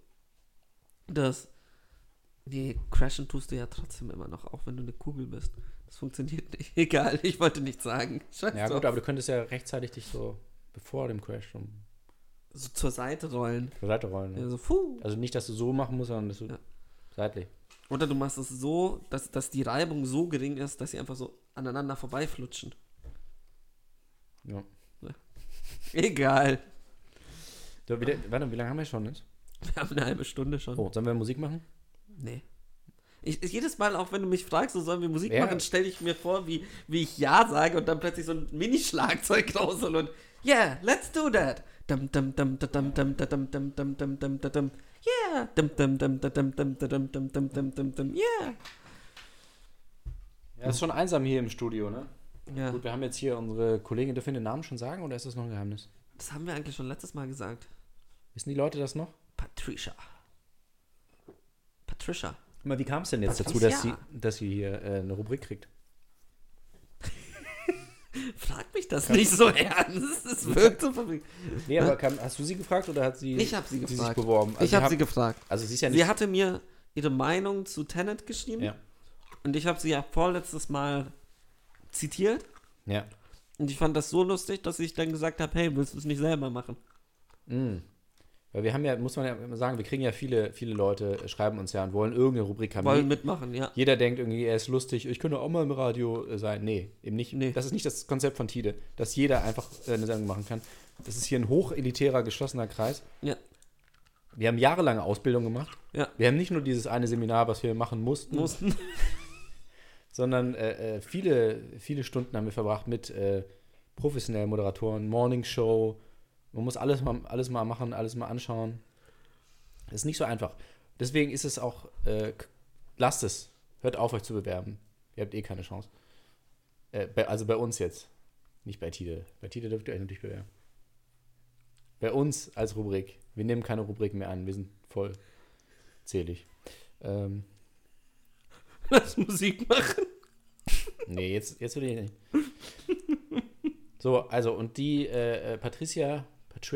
nee, crashen tust du ja trotzdem immer noch, auch wenn du eine Kugel bist. Das funktioniert nicht. Egal, ich wollte nichts sagen. Scheiß Ja, drauf. gut, aber du könntest ja rechtzeitig dich so bevor dem Crash So zur Seite rollen. zur Seite rollen. Ja, Ne? so, puh. Also nicht, dass du so machen musst, sondern dass du Ja. seitlich. Oder du machst es so, dass die Reibung so gering ist, dass sie einfach so aneinander vorbeiflutschen. Ja. Egal. So, warte, wie lange haben wir schon jetzt? Wir haben eine halbe Stunde schon. Oh, sollen wir Musik machen? Nee. Jedes Mal, auch wenn du mich fragst, so sollen wir Musik Ja. machen, stelle ich mir vor, wie ich Ja sage und dann plötzlich so ein Mini-Schlagzeug raushol und yeah, let's do that. Dum, dum, dum, dum, dum, dum, dum, dum, dum, dum, dum, dum, dum. Yeah. Dum, dum, dum, dum, dum, dum, dum, dum, dum, dum, dum, dum. Yeah. Ja, ist schon einsam hier im Studio, ne? Ja. Gut, wir haben jetzt hier unsere Kollegin, dürfen wir den Namen schon sagen oder ist das noch ein Geheimnis? Das haben wir eigentlich schon letztes Mal gesagt. Wissen die Leute das noch? Patricia. Guck mal, wie kam es denn jetzt dazu, Patricia. dass sie hier eine Rubrik kriegt? Frag mich das nicht so ernst. Es wirkt so verrückt. Nee, aber hast du sie gefragt oder hat sie, Ich habe sie sich gefragt. beworben? Ich habe sie gefragt. Also sie ist ja nicht... Sie hatte mir ihre Meinung zu Tenet geschrieben. ja. Und ich habe sie ja vorletztes Mal zitiert. Ja. Und ich fand das so lustig, dass ich dann gesagt habe, hey, willst du es nicht selber machen? Mhm. Weil wir haben ja, muss man ja immer sagen, wir kriegen ja viele Leute, schreiben uns ja und wollen irgendeine Rubrik haben. Wollen mitmachen, ja. Jeder denkt irgendwie, er ist lustig, ich könnte auch mal im Radio sein. Nee, eben nicht. Nee. Das ist nicht das Konzept von Tide, dass jeder einfach eine Sendung machen kann. Das ist hier ein hochelitärer, geschlossener Kreis. Ja. Wir haben jahrelange Ausbildung gemacht. Ja. Wir haben nicht nur dieses eine Seminar, was wir machen mussten, sondern viele Stunden haben wir verbracht mit professionellen Moderatoren, Morning Show. Man muss alles mal machen, alles mal anschauen. Das ist nicht so einfach. Deswegen ist es auch, lasst es. Hört auf, euch zu bewerben. Ihr habt eh keine Chance. Also bei uns jetzt. Nicht bei Tide. Bei Tide dürft ihr euch natürlich bewerben. Bei uns als Rubrik. Wir nehmen keine Rubriken mehr an. Wir sind vollzählig. Lass Musik machen. Nee, jetzt will ich nicht. So, also, und die Patricia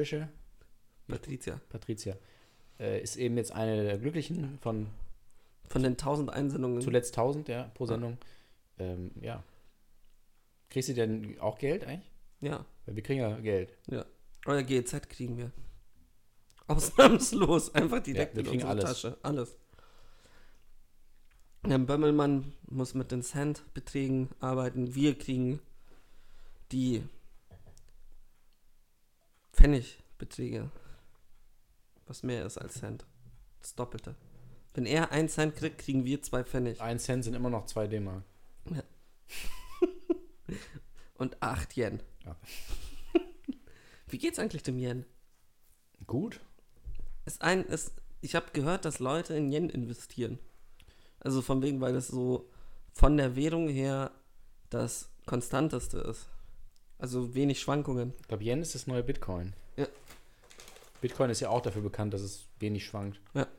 ist eben jetzt eine der Glücklichen von Von den 1000 Einsendungen. zuletzt 1000, ja, pro Sendung. Ja. Kriegst du denn auch Geld eigentlich? Ja. Weil wir kriegen ja Geld. Euer GEZ kriegen wir. Ausnahmslos. Einfach direkt Ja, wir in kriegen unsere alles. Tasche. Alles. Der Bömmelmann muss mit den Cent-Beträgen arbeiten. Wir kriegen die Pfennigbeträge. Was mehr ist als Cent. Das Doppelte. Wenn er 1 Cent kriegt, kriegen wir 2 Pfennig. 1 Cent sind immer noch 2 D-Mark. Und 8 Yen. Ja. Wie geht's eigentlich dem Yen? Gut. Ich habe gehört, dass Leute in Yen investieren. Also von wegen, weil das so von der Währung her das Konstanteste ist. Also wenig Schwankungen. Ich glaube, Yen ist das neue Bitcoin. Ja. Bitcoin ist ja auch dafür bekannt, dass es wenig schwankt. Ja.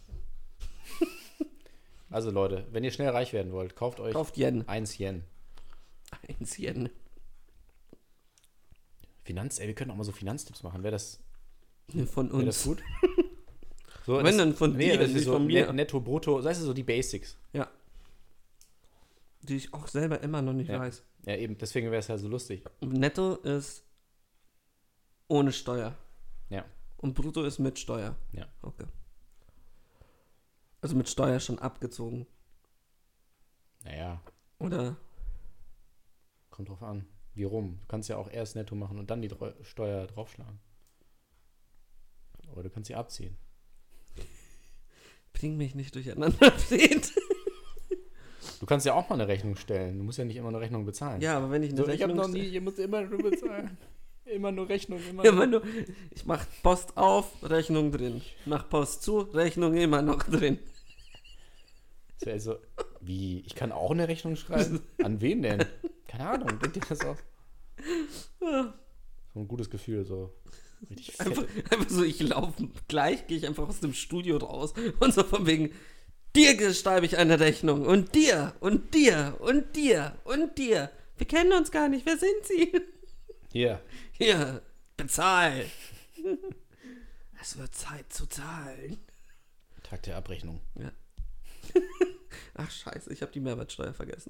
Also Leute, wenn ihr schnell reich werden wollt, kauft euch Kauft Yen. 1 Yen. 1 Yen. Wir können auch mal so Finanztipps machen. Wäre das Von Wäre das uns. gut? So, Wenn dann von dir, das ist nicht so von mir. Netto, Brutto, das heißt so die Basics. Die ich auch selber immer noch nicht Ja. weiß. Ja, eben, deswegen wäre es ja so lustig. Netto ist ohne Steuer. Ja. Und Brutto ist mit Steuer. Ja. Okay. Also mit Steuer schon abgezogen. Naja, Oder? kommt drauf an. Wie rum? Du kannst ja auch erst Netto machen und dann die Steuer draufschlagen. Oder du kannst sie abziehen. Bring mich nicht durcheinander, Fred. Du kannst ja auch mal eine Rechnung stellen. Du musst ja nicht immer eine Rechnung bezahlen. Ja, aber wenn ich eine Ich habe Rechnung noch nie, ihr müsst immer nur bezahlen. Immer nur Rechnung, immer nur, ich mach Post auf, Rechnung drin. Mach Post zu, Rechnung immer noch drin. Das wäre so, wie, ich kann auch eine Rechnung schreiben? An wen denn? Keine Ahnung, denkt ihr das auch? So ein gutes Gefühl, so richtig fett. Einfach so, ich laufe, gleich gehe ich einfach aus dem Studio raus und so von wegen, dir schreibe ich eine Rechnung und dir und dir und dir und dir. Wir kennen uns gar nicht, wer sind Sie? Hier, bezahl. Es wird Zeit zu zahlen. Tag der Abrechnung. Ja. Ach scheiße, ich habe die Mehrwertsteuer vergessen.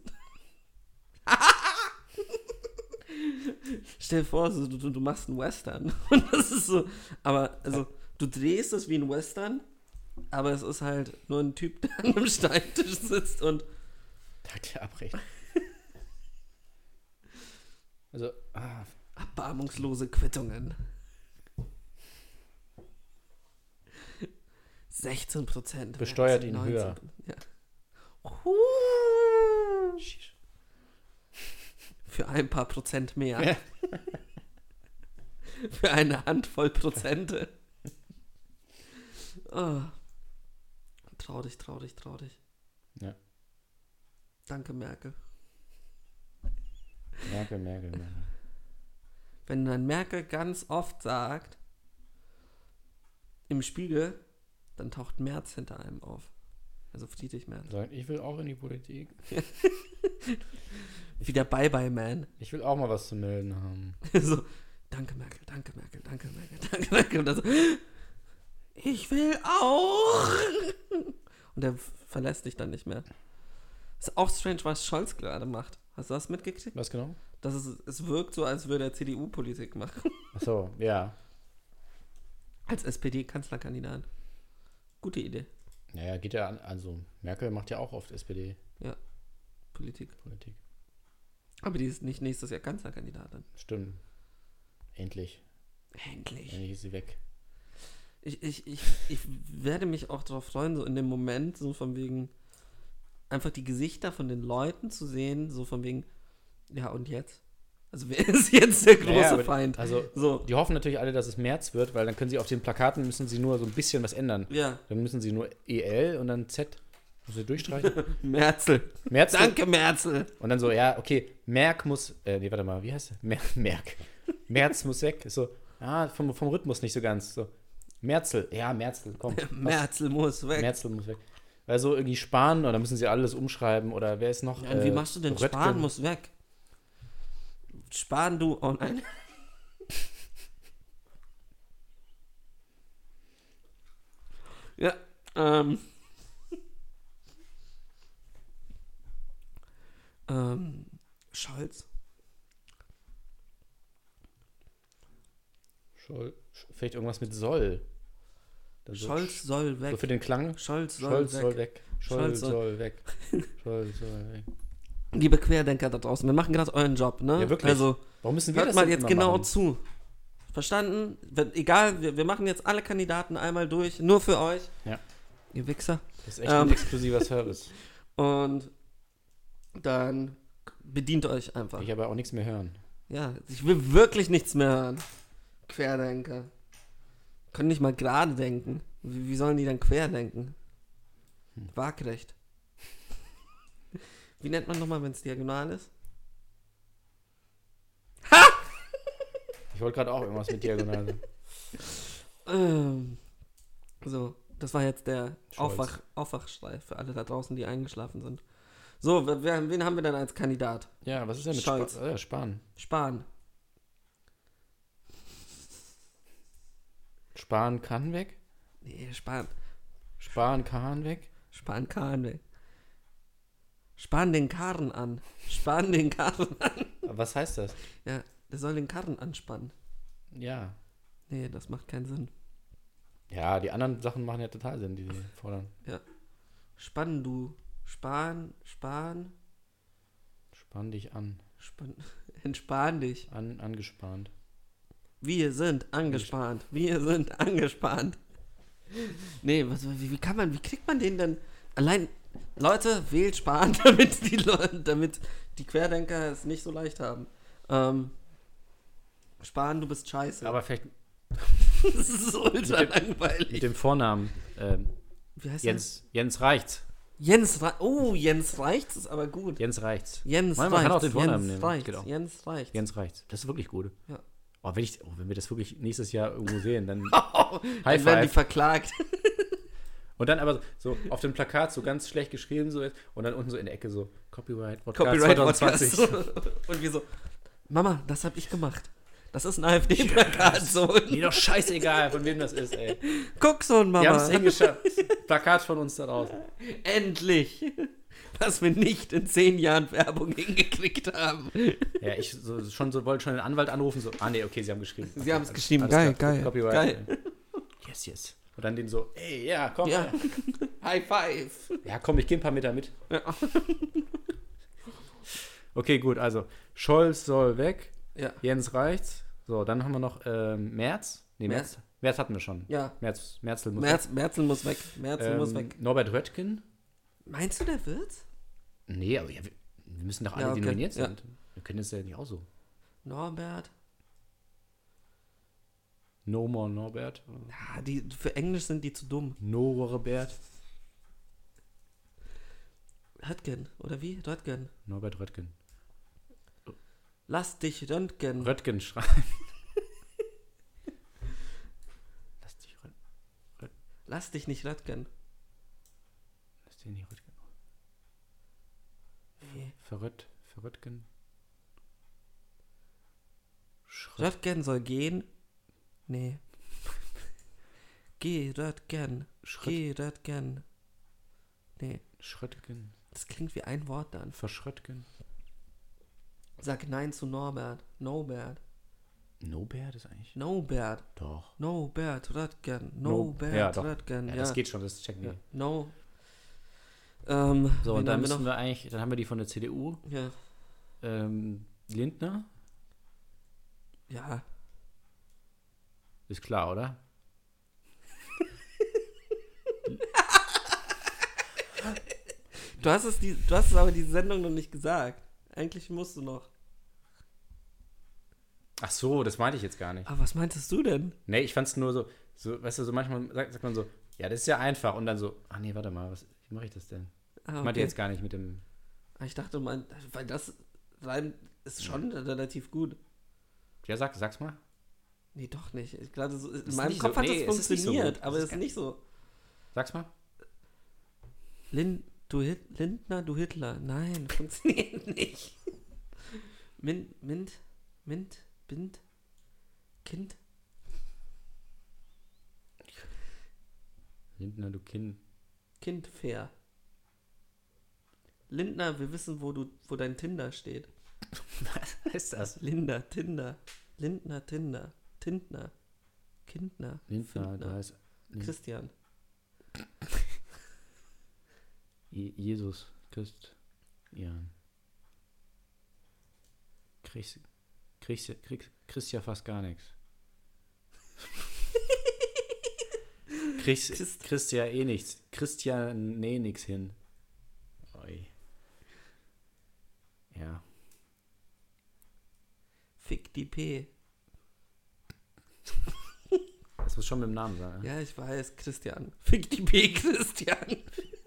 Stell dir vor, so, du machst einen Western und das ist so, aber also du drehst es wie ein Western, aber es ist halt nur ein Typ, der an einem Schreibtisch sitzt und Tag der Abrechnung. Also, erbarmungslose Quittungen. 16%. Besteuert ihn höher. Ja. Für ein paar Prozent mehr. Ja. Für eine Handvoll Prozente. Oh. Traurig. Ja. Danke, Merkel. Merkel. Wenn dann Merkel ganz oft sagt, im Spiegel, dann taucht Merz hinter einem auf. Also Friedrich Merz. Sagen, ich will auch in die Politik. Wie der Bye-Bye-Man. Ich will auch mal was zu melden haben. So, danke Merkel. Und dann so, ich will auch. Und der verlässt dich dann nicht mehr. Ist auch strange, was Scholz gerade macht. Hast du das mitgekriegt? Was genau? Dass es wirkt so, als würde er CDU-Politik machen. Achso, ja. Als SPD-Kanzlerkandidat. Gute Idee. Naja, geht ja an, also Merkel macht ja auch oft SPD. Ja, Politik. Politik. Aber die ist nicht nächstes Jahr Kanzlerkandidatin. Stimmt. Endlich ist sie weg. Ich werde mich auch darauf freuen, so in dem Moment, so von wegen, einfach die Gesichter von den Leuten zu sehen, so von wegen, ja und jetzt? Also wer ist jetzt der große Feind? Also so. die hoffen natürlich alle, dass es März wird, weil dann können sie auf den Plakaten, müssen sie nur so ein bisschen was ändern. Ja. Dann müssen sie nur EL und dann Z. Müssen sie durchstreichen. Merzel. Danke, Merzel. Und dann so, ja, okay, Merk muss, warte mal, wie heißt der? Merk. Merz muss weg. Ist so, vom Rhythmus nicht so ganz. So, Merzel, komm. Merzel muss weg. Merzel muss weg. Weil so irgendwie Spahn, oder müssen sie alles umschreiben, oder wer ist noch? Ja, und wie machst du denn Röttgen? Spahn muss weg? Spahn, du, oh nein. Ja, Scholz. Vielleicht irgendwas mit soll. Scholz soll weg. So für den Klang. Scholz soll weg. Scholz soll weg. Scholz soll weg. Liebe Querdenker da draußen, wir machen gerade euren Job, ne? Ja, wirklich. Also, warum müssen wir hört das mal denn jetzt immer genau machen? zu. Verstanden? Egal, wir machen jetzt alle Kandidaten einmal durch, nur für euch. Ja. Ihr Wichser. Das ist echt ein exklusiver Service. Und dann bedient euch einfach. Ich aber auch nichts mehr hören. Ja, ich will wirklich nichts mehr hören. Querdenker. Können nicht mal gerade denken. Wie sollen die dann querdenken? Waagrecht. Wie nennt man nochmal, wenn es diagonal ist? Ich wollte gerade auch irgendwas mit Diagonale. So, das war jetzt der Scholz. Aufwachschrei für alle da draußen, die eingeschlafen sind. So, wen haben wir denn als Kandidat? Ja, was ist denn mit Scholz. Spahn? Spahn. Spahn kann weg? Nee, Spahn. Spahn kann weg? Spahn kann weg. Spahn den Karren an. Spahn den Karren an. Was heißt das? Ja, der soll den Karren anspannen. Ja. Nee, das macht keinen Sinn. Ja, die anderen Sachen machen ja total Sinn, die sie fordern. Ja. Spann du. Spann. Spann dich an. Entspann dich. Angespannt. Wir sind angespannt. Wir sind angespannt. Nee, wie kriegt man den denn? Allein, Leute, wählt sparen, damit die Querdenker es nicht so leicht haben. Sparen, du bist scheiße. Aber vielleicht Das ist so ultra langweilig. mit dem Vornamen Wie heißt Jens Reichts. Jens Reichts ist aber gut. Jens Reichts. Jens Man Reichts. kann auch den Vornamen Jens nehmen. Reichts. Geht auch. Jens Reichts. Jens Reichts. Das ist wirklich gut. Ja. Oh, wenn wir das wirklich nächstes Jahr irgendwo sehen, dann Dann High werden die Five. verklagt. Und dann aber so auf dem Plakat so ganz schlecht geschrieben so und dann unten so in der Ecke so Copyright Podcast Copyright 2020. Podcast. Und wir so, Mama, das hab ich gemacht. Das ist ein AfD-Plakat. So. Mir doch scheißegal, von wem das ist, ey. Guck so, Wir haben es Mama. hingeschafft. Plakat von uns da draußen. Endlich. Was wir nicht in 10 Jahren Werbung hingekriegt haben. Ja, ich wollte schon den Anwalt anrufen, so, nee, okay, sie haben geschrieben. Sie haben es geschrieben. Alles Geil, klar, geil. Copyright. Geil. Yes. Und dann den so, ey, ja, komm. Ja. High five. Ja, komm, ich gehe ein paar Meter mit. Ja. Okay, gut, also Scholz soll weg, Ja. Jens Reichts. So, dann haben wir noch Merz. Nee, Merz. Merz hatten wir schon. Ja. Merzel muss Merzel muss weg. Merzel muss weg. Norbert Röttgen. Meinst du, der wird's? Nee, aber ja, wir müssen doch alle, Ja, die okay. nominiert Ja. sind. Wir können das ja nicht auch so. Norbert. No more Norbert. Ja, für Englisch sind die zu dumm. Norbert. Röttgen, oder wie? Röttgen. Norbert Röttgen. Lass dich Röntgen. Röttgen schreiben. Lass dich Röttgen. Lass dich nicht Röttgen. Lass dich nicht Röttgen. Nee. Verröttgen. Röttgen soll gehen. Nee. Geh Röttgen. Geh Röttgen. Nee. Schröttgen. Das klingt wie ein Wort dann. Verschröttgen. Sag Nein zu Norbert. Nobert. Nobert ist eigentlich. Nobert. Doch. Nobert Röttgen. No- Nobert ja, doch. Röttgen. Ja, Ja, das geht schon, das checken wir. Ja. No. So, wen und dann haben wir müssen noch? wir eigentlich, dann haben wir die von der CDU. Ja. Lindner. Ja. Ist klar, oder? Du hast es aber die Sendung noch nicht gesagt. Eigentlich musst du noch. Ach so, das meinte ich jetzt gar nicht. Aber was meintest du denn? Nee, ich fand's nur so, weißt du, so manchmal sagt man so, ja, das ist ja einfach. Und dann so, ach nee, warte mal, wie mache ich das denn? Ah, Ich meinte jetzt gar nicht mit dem. Ich dachte, weil das Reim ist schon relativ gut. Ja, sag's mal. Nee, doch nicht. Ich glaube, so, in Ist meinem nicht Kopf so- hat nee, das es ist nicht so funktioniert, gut. aber Es es ist ist nicht so. Sag's mal. Lindner, du Hitler. Nein, funktioniert nicht. Kind. Lindner, du Kind. Kind fair. Lindner, wir wissen, wo dein Tinder steht. Was ist das? Lindner, Tinder. Lindner, Tinder. Tintner. Kindner. Lindner, Findner. da ist Christian. Jesus Christian. Kriegst ja fast gar nichts. Kriegst ja eh nichts. Christian, nee, nix hin. Oi. Ja. Fick die P. Das muss schon mit dem Namen sein. Ja, ich weiß, Christian. Fick die P, Christian.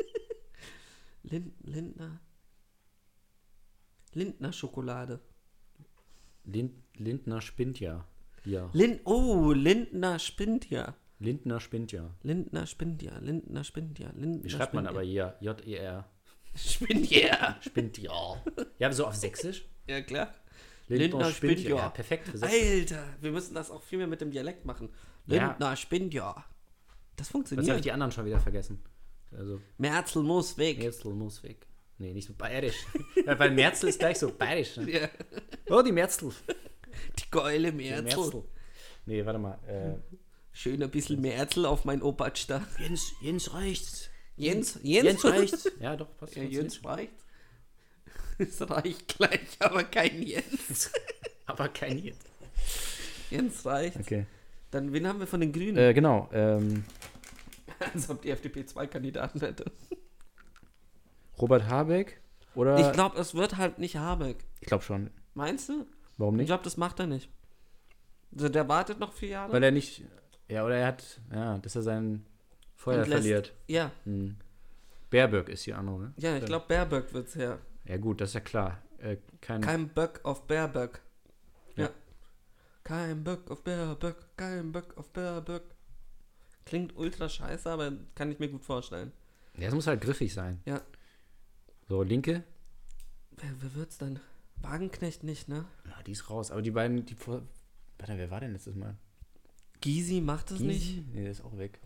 Lindner Schokolade. Lindner spinnt ja. Ja. Lindner spinnt ja. Lindner spinnt ja. Lindner spinnt ja. Lindner spinnt ja. Lindner Wie schreibt man spinnt aber hier? J-E-R. Spinnt ja. Spinnt ja. Ja, so auf Sächsisch? Ja, klar. Lindner spinnt ja. ja. Perfekt für Sächsisch. Alter, wir müssen das auch viel mehr mit dem Dialekt machen. Ja. Lindner spinnt ja. Das Jetzt habe ich funktioniert. die anderen schon wieder vergessen. Also, Merzel muss weg. Merzel muss weg. Nee, nicht so bayerisch. Ja, weil Merzel ist gleich so bayerisch. Ne? Ja. Oh, die Merzel. Die geile Die Merzel. Nee, warte mal. Schön ein bisschen Merzel auf mein Opatsch da. Jens reicht's. Jens reicht's. Ja, doch, passt. Ja, Jens reicht. Es reicht gleich, aber kein Jens. Aber kein Jens. Jens reicht. Okay. Dann, wen haben wir von den Grünen? Genau. Als ob die FDP 2 Kandidaten hätte. Robert Habeck oder... Ich glaube, es wird halt nicht Habeck. Ich glaube schon. Meinst du? Warum Ich nicht? glaube, das macht er nicht. Also der wartet noch 4 Jahre. Weil er nicht... Ja, oder er hat... Ja, dass er sein Feuer Und lässt- verliert. Ja, Baerbock ist die andere, ne? ja, ich glaube, Baerbock wird's her. Ja gut, das ist ja klar. Kein Bock auf Baerbock. Ja. Ja. Kein Bock auf Baerbock, kein Bock auf Baerbock. Klingt ultra scheiße, aber kann ich mir gut vorstellen. Ja, es muss halt griffig sein. Ja. So, Linke? Wer wird's dann? Wagenknecht nicht, ne? Ja, die ist raus. Aber die beiden, die vor... Warte, wer war denn letztes Mal? Gysi macht es nicht. Gysi? Nee, der ist auch weg.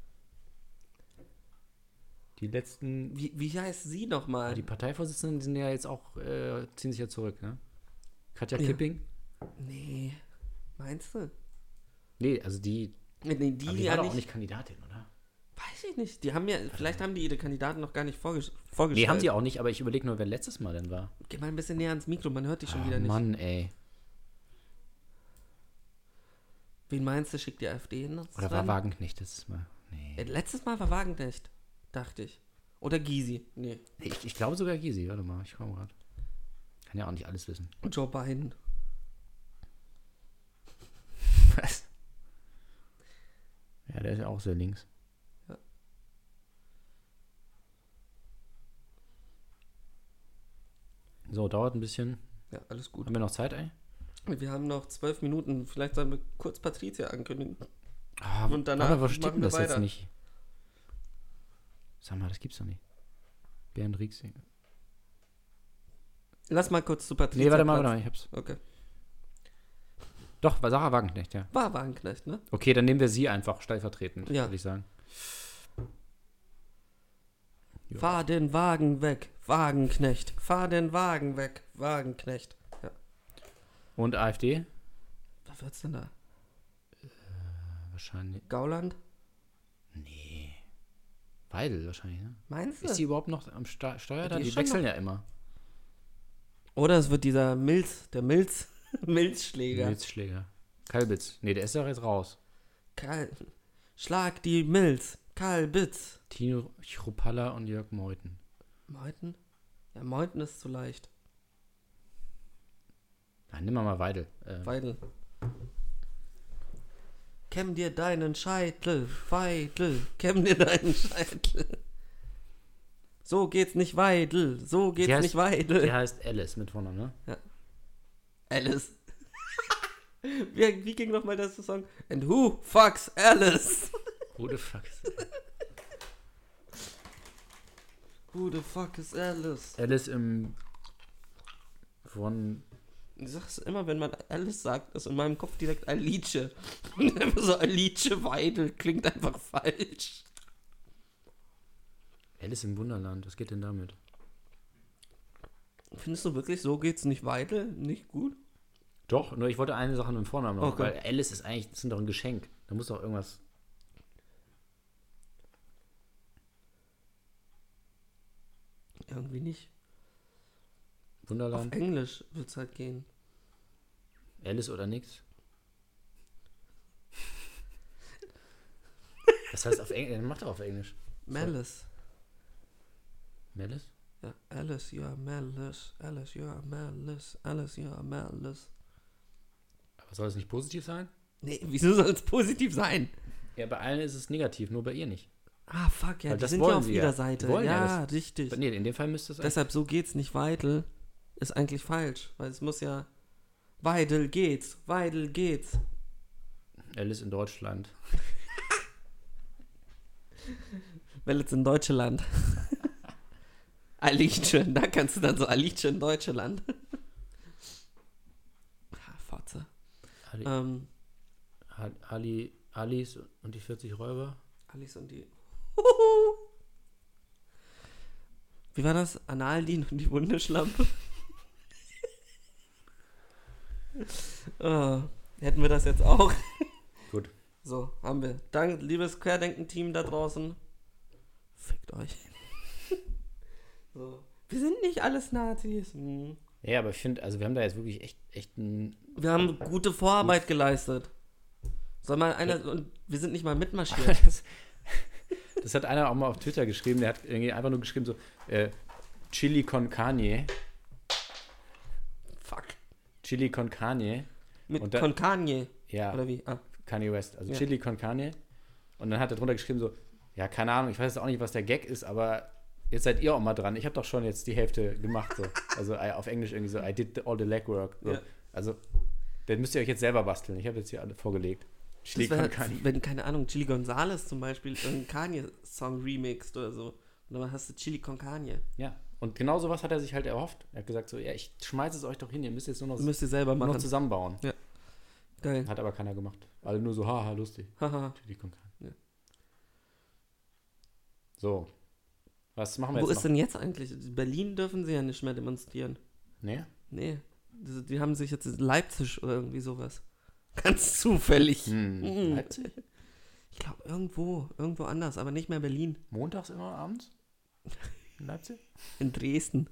Die letzten... Wie heißt sie nochmal? Die Parteivorsitzenden sind ja jetzt auch... ziehen sich ja zurück, ne? Katja Ja. Kipping? Nee. Meinst du? Nee, also die... Nee, die Aber die ja war doch nicht. auch nicht Kandidatin, oder? Weiß ich nicht. Die haben ja, vielleicht haben die ihre Kandidaten noch gar nicht vorgestellt. Nee, haben sie auch nicht, aber ich überlege nur, wer letztes Mal denn war. Geh mal ein bisschen näher ans Mikro, man hört dich schon wieder nicht. Mann, ey. Wen meinst du, schickt die AfD hin? Oder war Wagenknecht letztes Mal? Nee. Letztes Mal war Wagenknecht, dachte ich. Oder Gysi. Nee. Ich glaube sogar Gysi, warte mal, ich komme gerade. Kann ja auch nicht alles wissen. Und Joe Biden. Was? Ja, der ist ja auch sehr links. Ja. So, dauert ein bisschen. Ja, alles gut. Haben wir noch Zeit, ey? Wir haben noch 12 Minuten. Vielleicht sollen wir kurz Patricia ankündigen. Ah, Und danach aber was steht machen denn wir das jetzt weiter. nicht? Sag mal, das gibt's doch nicht. Bernd Rieksing. Lass mal kurz zu Patricia. Nee, warte mal, platzen. ich hab's. Okay. Doch, war Sarah Wagenknecht, ja. War Wagenknecht, ne? Okay, dann nehmen wir sie einfach stellvertretend, Ja. würde ich sagen. Ja. Fahr den Wagen weg, Wagenknecht. Fahr den Wagen weg, Wagenknecht. Ja. Und AfD? Was wird's denn da? Wahrscheinlich. Gauland? Nee. Weidel wahrscheinlich, ne? Meinst du? Ist die überhaupt noch am Steuer da? Die Die ist schon wechseln noch- ja immer. Oder es wird dieser Milzschläger. Milzschläger. Kalbitz. Nee, der ist doch jetzt raus. Schlag die Milz. Kalbitz. Tino Chrupalla und Jörg Meuthen. Meuthen? Ja, Meuthen ist zu leicht. Ja, nimm mal Weidel. Weidel. Kämm dir deinen Scheitel, Weidel. Kämm dir deinen Scheitel. So geht's nicht, Weidel. So geht's Die heißt- nicht, Weidel. Der heißt Alice mit Vornamen, ne? Alice. Wie ging nochmal der Song? And who fucks Alice? Who the fuck? Who the fuck is Alice? Alice im von Ich sag's immer, wenn man Alice sagt, ist in meinem Kopf direkt Alice. Und einfach so Alice Weidel klingt einfach falsch. Alice im Wunderland. Was geht denn damit? Findest du wirklich, so geht's nicht Weidel? Nicht gut? Doch, nur ich wollte eine Sache mit dem Vornamen noch, Okay. weil Alice ist eigentlich, das ist doch ein Geschenk. Da muss doch irgendwas. Irgendwie nicht. Auf Wunderland, Englisch wird's halt gehen. Alice oder nix. Das heißt auf Englisch, mach doch auf Englisch. Malice. Malice? Ja, Alice, you are malice. Alice, you are malice. Alice, you are malice. Aber soll es nicht positiv sein? Nee, wieso soll es positiv sein? Ja, bei allen ist es negativ, nur bei ihr nicht. Ah, fuck, ja, Weil die das sind ja wollen auf sie ihrer ja. Seite. Die wollen ja Ja, das- richtig. Nee, in dem Fall müsste es Deshalb, so geht's nicht Weidel, ist eigentlich falsch. Weil es muss ja Weidel geht's, Weidel geht's. Alice in Deutschland. Wellitz in Deutschland. Alice, da kannst du dann so Alice in Deutschland. Fotze. Alice und die 40 Räuber. Alice und die... Wie war das? Analdin und die Wundeschlampe? Hätten wir das jetzt auch? Gut. So, haben wir. Danke, liebes Querdenken-Team da draußen. Fickt euch. So. Wir sind nicht alles Nazis. Ja, Ja, aber ich finde, also wir haben da jetzt wirklich echt ein. Wir haben gute Vorarbeit geleistet. Soll mal einer, und wir sind nicht mal mitmarschiert. Das hat einer auch mal auf Twitter geschrieben, der hat irgendwie einfach nur geschrieben so, Chili con Carne. Fuck. Chili con Carne. Mit Und da- con Kanye. Ja, Oder wie? Ah. Kanye West. Also Ja. Chili con Carne. Und dann hat er drunter geschrieben so, ja, keine Ahnung, ich weiß jetzt auch nicht, was der Gag ist, aber jetzt seid ihr auch mal dran. Ich habe doch schon jetzt die Hälfte gemacht. So. Also auf Englisch irgendwie so, I did all the legwork. So. Ja. Also, dann müsst ihr euch jetzt selber basteln. Ich habe jetzt hier alle vorgelegt. Chili Das con wär, Carne. wenn, keine Ahnung, Chili Gonzales zum Beispiel irgendeinen Kanye-Song remixt oder so. Und dann hast du Chili con Kanye. Ja, und genau sowas hat er sich halt erhofft. Er hat gesagt so, ja, ich schmeiße es euch doch hin, ihr müsst jetzt nur noch, Das müsst ihr selber nur noch machen. zusammenbauen. Ja. Geil. Hat aber keiner gemacht. Alle nur so, haha, lustig. Haha. Chili con Carne. Ja. So. Was machen wir Wo jetzt ist noch? denn jetzt eigentlich? In Berlin dürfen sie ja nicht mehr demonstrieren. Nee? Nee. Die haben sich jetzt in Leipzig oder irgendwie sowas. Ganz zufällig. Leipzig? Ich glaube irgendwo anders, aber nicht mehr Berlin. Montags immer abends? In Leipzig? In Dresden.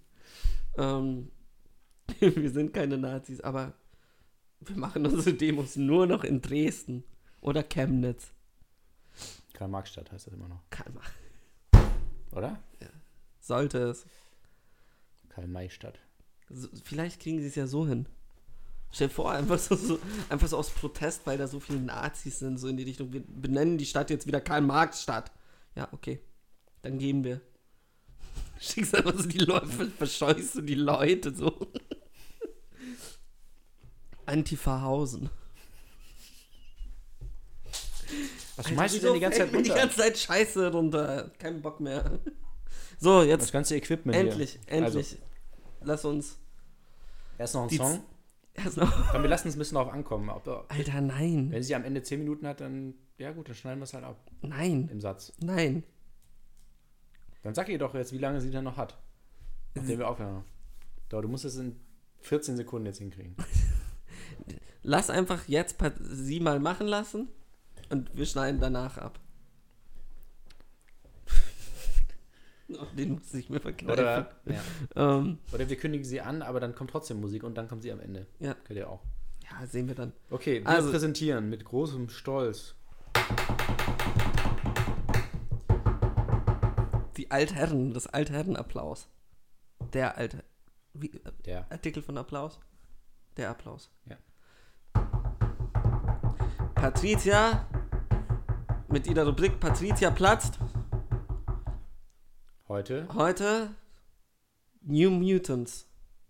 Wir sind keine Nazis, aber wir machen unsere Demos nur noch in Dresden oder Chemnitz. Karl-Marx-Stadt heißt das immer noch. Oder? Sollte es. Karl-May-Stadt. Vielleicht kriegen sie es ja so hin. Stell dir vor, einfach so aus Protest, weil da so viele Nazis sind, so in die Richtung, wir benennen die Stadt jetzt wieder Karl-Marx-Stadt. Ja, okay. Dann geben wir. Schickst einfach so die Leute, verscheust du die Leute so. Antifa-Hausen. Was schmeißt du denn die ganze Zeit Die runter? ganze Zeit Scheiße runter. Kein Bock mehr. So, jetzt Das ganze Equipment endlich. hier. Also, Lass uns erst noch ein die Song. erst noch. Komm, wir lassen es ein bisschen drauf ankommen. Alter, nein. Wenn sie am Ende 10 Minuten hat, dann, ja gut, dann schneiden wir es halt ab Nein. im Satz. Nein. Dann sag ihr doch jetzt, wie lange sie dann noch hat. Nachdem wir aufhören. haben. Doch, du musst es in 14 Sekunden jetzt hinkriegen. Lass einfach jetzt sie mal machen lassen und wir schneiden danach ab. Oh, den muss ich mir verkneifen. Oder, ja. Ähm, Oder wir kündigen sie an, aber dann kommt trotzdem Musik und dann kommt sie am Ende. Ja. Könnt ihr auch. ja, sehen wir dann. Okay, wir Also- präsentieren mit großem Stolz. Die Altherren, das Altherrenapplaus. Der alte. Der. Artikel von Applaus? Der Applaus. Ja. Patricia mit ihrer Rubrik Patricia platzt. Heute. Heute New Mutants.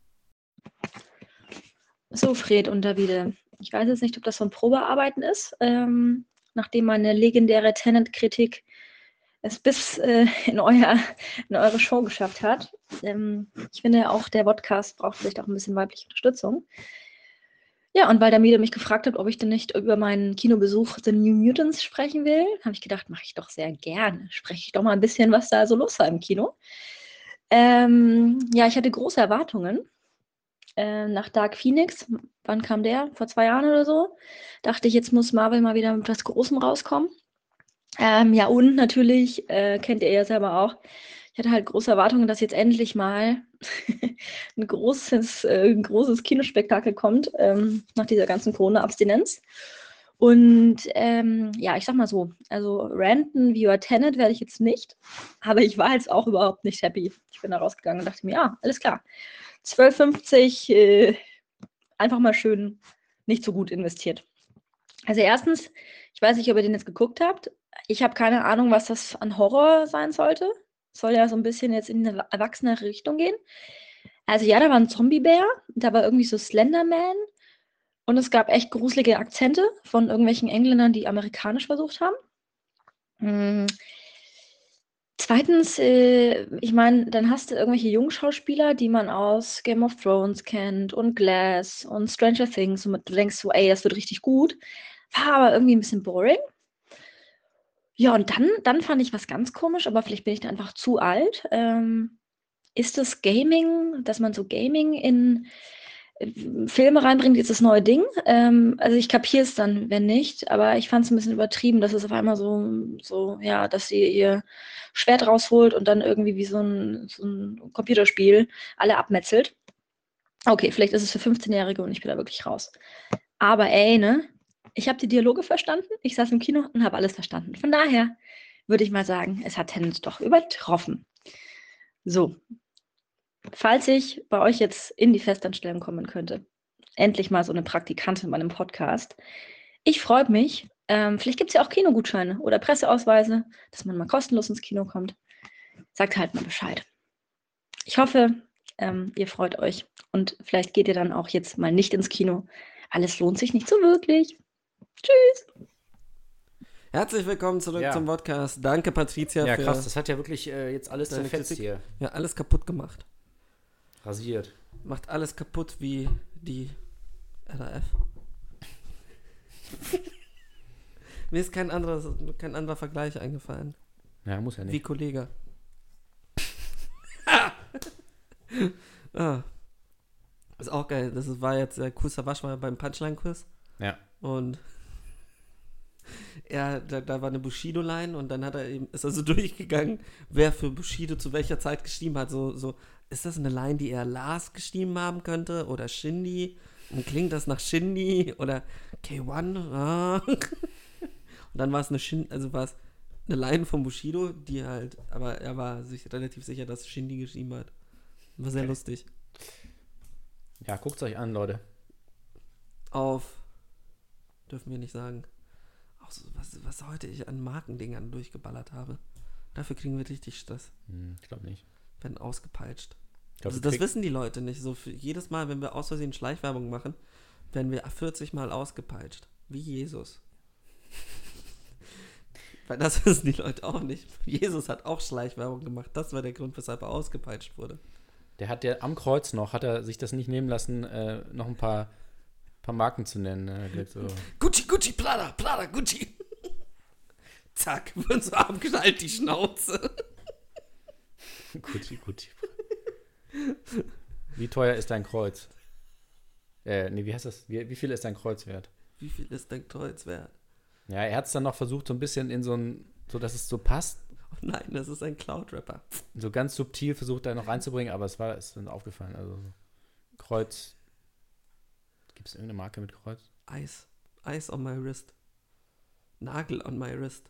So, Fred und Davide. Ich weiß jetzt nicht, ob das so ein Probearbeiten ist, nachdem meine legendäre Tenet-Kritik es bis in eure Show geschafft hat. Ich finde auch, der Podcast braucht vielleicht auch ein bisschen weibliche Unterstützung. Ja, und weil Davide mich gefragt hat, ob ich denn nicht über meinen Kinobesuch The New Mutants sprechen will, habe ich gedacht, mache ich doch sehr gerne. Spreche ich doch mal ein bisschen, was da so los war im Kino. Ja, ich hatte große Erwartungen. Nach Dark Phoenix, wann kam der? Vor 2 Jahren oder so. Dachte ich, jetzt muss Marvel mal wieder mit was Großem rauskommen. Ja, und natürlich, kennt ihr ja selber auch, ich hatte halt große Erwartungen, dass jetzt endlich mal ein großes Kinospektakel kommt, nach dieser ganzen Corona-Abstinenz. Und ja, ich sag mal so, also ranten wie über Tenet werde ich jetzt nicht, aber ich war jetzt auch überhaupt nicht happy. Ich bin da rausgegangen und dachte mir, ja, alles klar. 12,50 einfach mal schön nicht so gut investiert. Also erstens, ich weiß nicht, ob ihr den jetzt geguckt habt. Ich habe keine Ahnung, was das an Horror sein sollte. Soll ja so ein bisschen jetzt in eine erwachsene Richtung gehen. Also ja, da war ein Zombiebär, da war irgendwie so Slenderman und es gab echt gruselige Akzente von irgendwelchen Engländern, die amerikanisch versucht haben. Zweitens, ich meine, dann hast du irgendwelche Jungschauspieler, die man aus Game of Thrones kennt und Glass und Stranger Things und du denkst so, ey, das wird richtig gut. War aber irgendwie ein bisschen boring. Ja, und dann fand ich was ganz komisch, aber vielleicht bin ich da einfach zu alt. Ist das Gaming, dass man so Gaming in Filme reinbringt, jetzt das neue Ding? Also ich kapiere es dann, wenn nicht, aber ich fand es ein bisschen übertrieben, dass es auf einmal so, ja, dass sie ihr Schwert rausholt und dann irgendwie wie so ein Computerspiel alle abmetzelt. Okay, vielleicht ist es für 15-Jährige und ich bin da wirklich raus. Aber ey, ne? Ich habe die Dialoge verstanden, ich saß im Kino und habe alles verstanden. Von daher würde ich mal sagen, es hat Tenet doch übertroffen. So, falls ich bei euch jetzt in die Festanstellung kommen könnte, endlich mal so eine Praktikantin bei einem Podcast. Ich freue mich. Vielleicht gibt es ja auch Kinogutscheine oder Presseausweise, dass man mal kostenlos ins Kino kommt. Sagt halt mal Bescheid. Ich hoffe, ihr freut euch und vielleicht geht ihr dann auch jetzt mal nicht ins Kino. Alles lohnt sich nicht so wirklich. Tschüss. Herzlich willkommen zurück zum Podcast. Danke, Patricia. Ja, krass, das hat ja wirklich jetzt alles deine zerfetzt Kritik. hier. Ja, alles kaputt gemacht. Rasiert. Macht alles kaputt wie die RAF. Mir ist kein anderer Vergleich eingefallen. Ja, muss ja Wie nicht. Kollege. Ist auch geil. Das war jetzt der Kusawasch war beim Punchline-Quiz. Ja. Und da war eine Bushido-Line und dann ist er so durchgegangen, wer für Bushido zu welcher Zeit geschrieben hat. So, ist das eine Line, die eher Lars geschrieben haben könnte oder Shindy? Und klingt das nach Shindy oder K1? Ah. Und dann war es eine Line von Bushido, die halt, aber er war sich relativ sicher, dass Shindy geschrieben hat. War sehr lustig. Ja, guckt's euch an, Leute. Dürfen wir nicht sagen. Auch so, was heute ich an Markendingern durchgeballert habe. Dafür kriegen wir richtig Stress. Ich glaube nicht. Werden ausgepeitscht. Glaub, Das wissen die Leute nicht. So jedes Mal, wenn wir aus Versehen Schleichwerbung machen, werden wir 40 Mal ausgepeitscht. Wie Jesus. Weil das wissen die Leute auch nicht. Jesus hat auch Schleichwerbung gemacht. Das war der Grund, weshalb er ausgepeitscht wurde. Der am Kreuz hat er sich das nicht nehmen lassen, noch ein paar Marken zu nennen. So. Gucci, Prada, Gucci. Zack, wird so abgeschnallt die Schnauze. Gucci. Wie teuer ist dein Kreuz? Wie heißt das? Wie viel ist dein Kreuz wert? Wie viel ist dein Kreuz wert? Ja, er hat es dann noch versucht, so ein bisschen in so dass es so passt. Oh nein, das ist ein Cloud-Rapper. So ganz subtil versucht er noch reinzubringen, aber ist mir aufgefallen. Also Kreuz. Gibt es irgendeine Marke mit Kreuz? Ice on my wrist. Nagel on my wrist.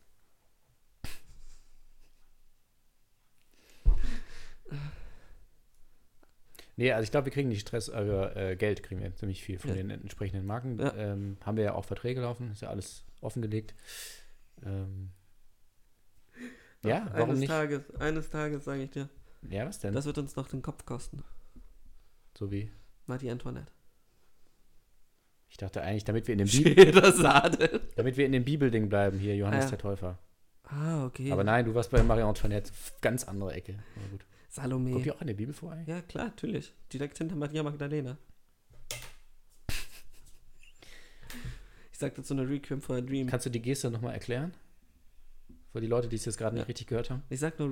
Nee, also ich glaube, wir kriegen nicht Stress, aber Geld kriegen wir ziemlich viel von den entsprechenden Marken. Ja. Haben wir ja auch Verträge laufen, ist ja alles offengelegt. Ja, warum nicht? Eines Tages, sage ich dir. Ja, was denn? Das wird uns noch den Kopf kosten. So wie? Marie Antoinette. Ich dachte eigentlich, damit wir in dem Bibelding bleiben, hier Johannes der Täufer. Ah, okay. Aber nein, du warst bei Marie Antoinette, ganz andere Ecke. Aber gut. Salome. Kommt die auch in der Bibel vor eigentlich? Ja, klar, natürlich. Direkt hinter Maria Magdalena. Ich sag dazu eine Requiem for a Dream. Kannst du die Geste nochmal erklären? Für die Leute, die es jetzt gerade nicht richtig gehört haben. Ich sag nur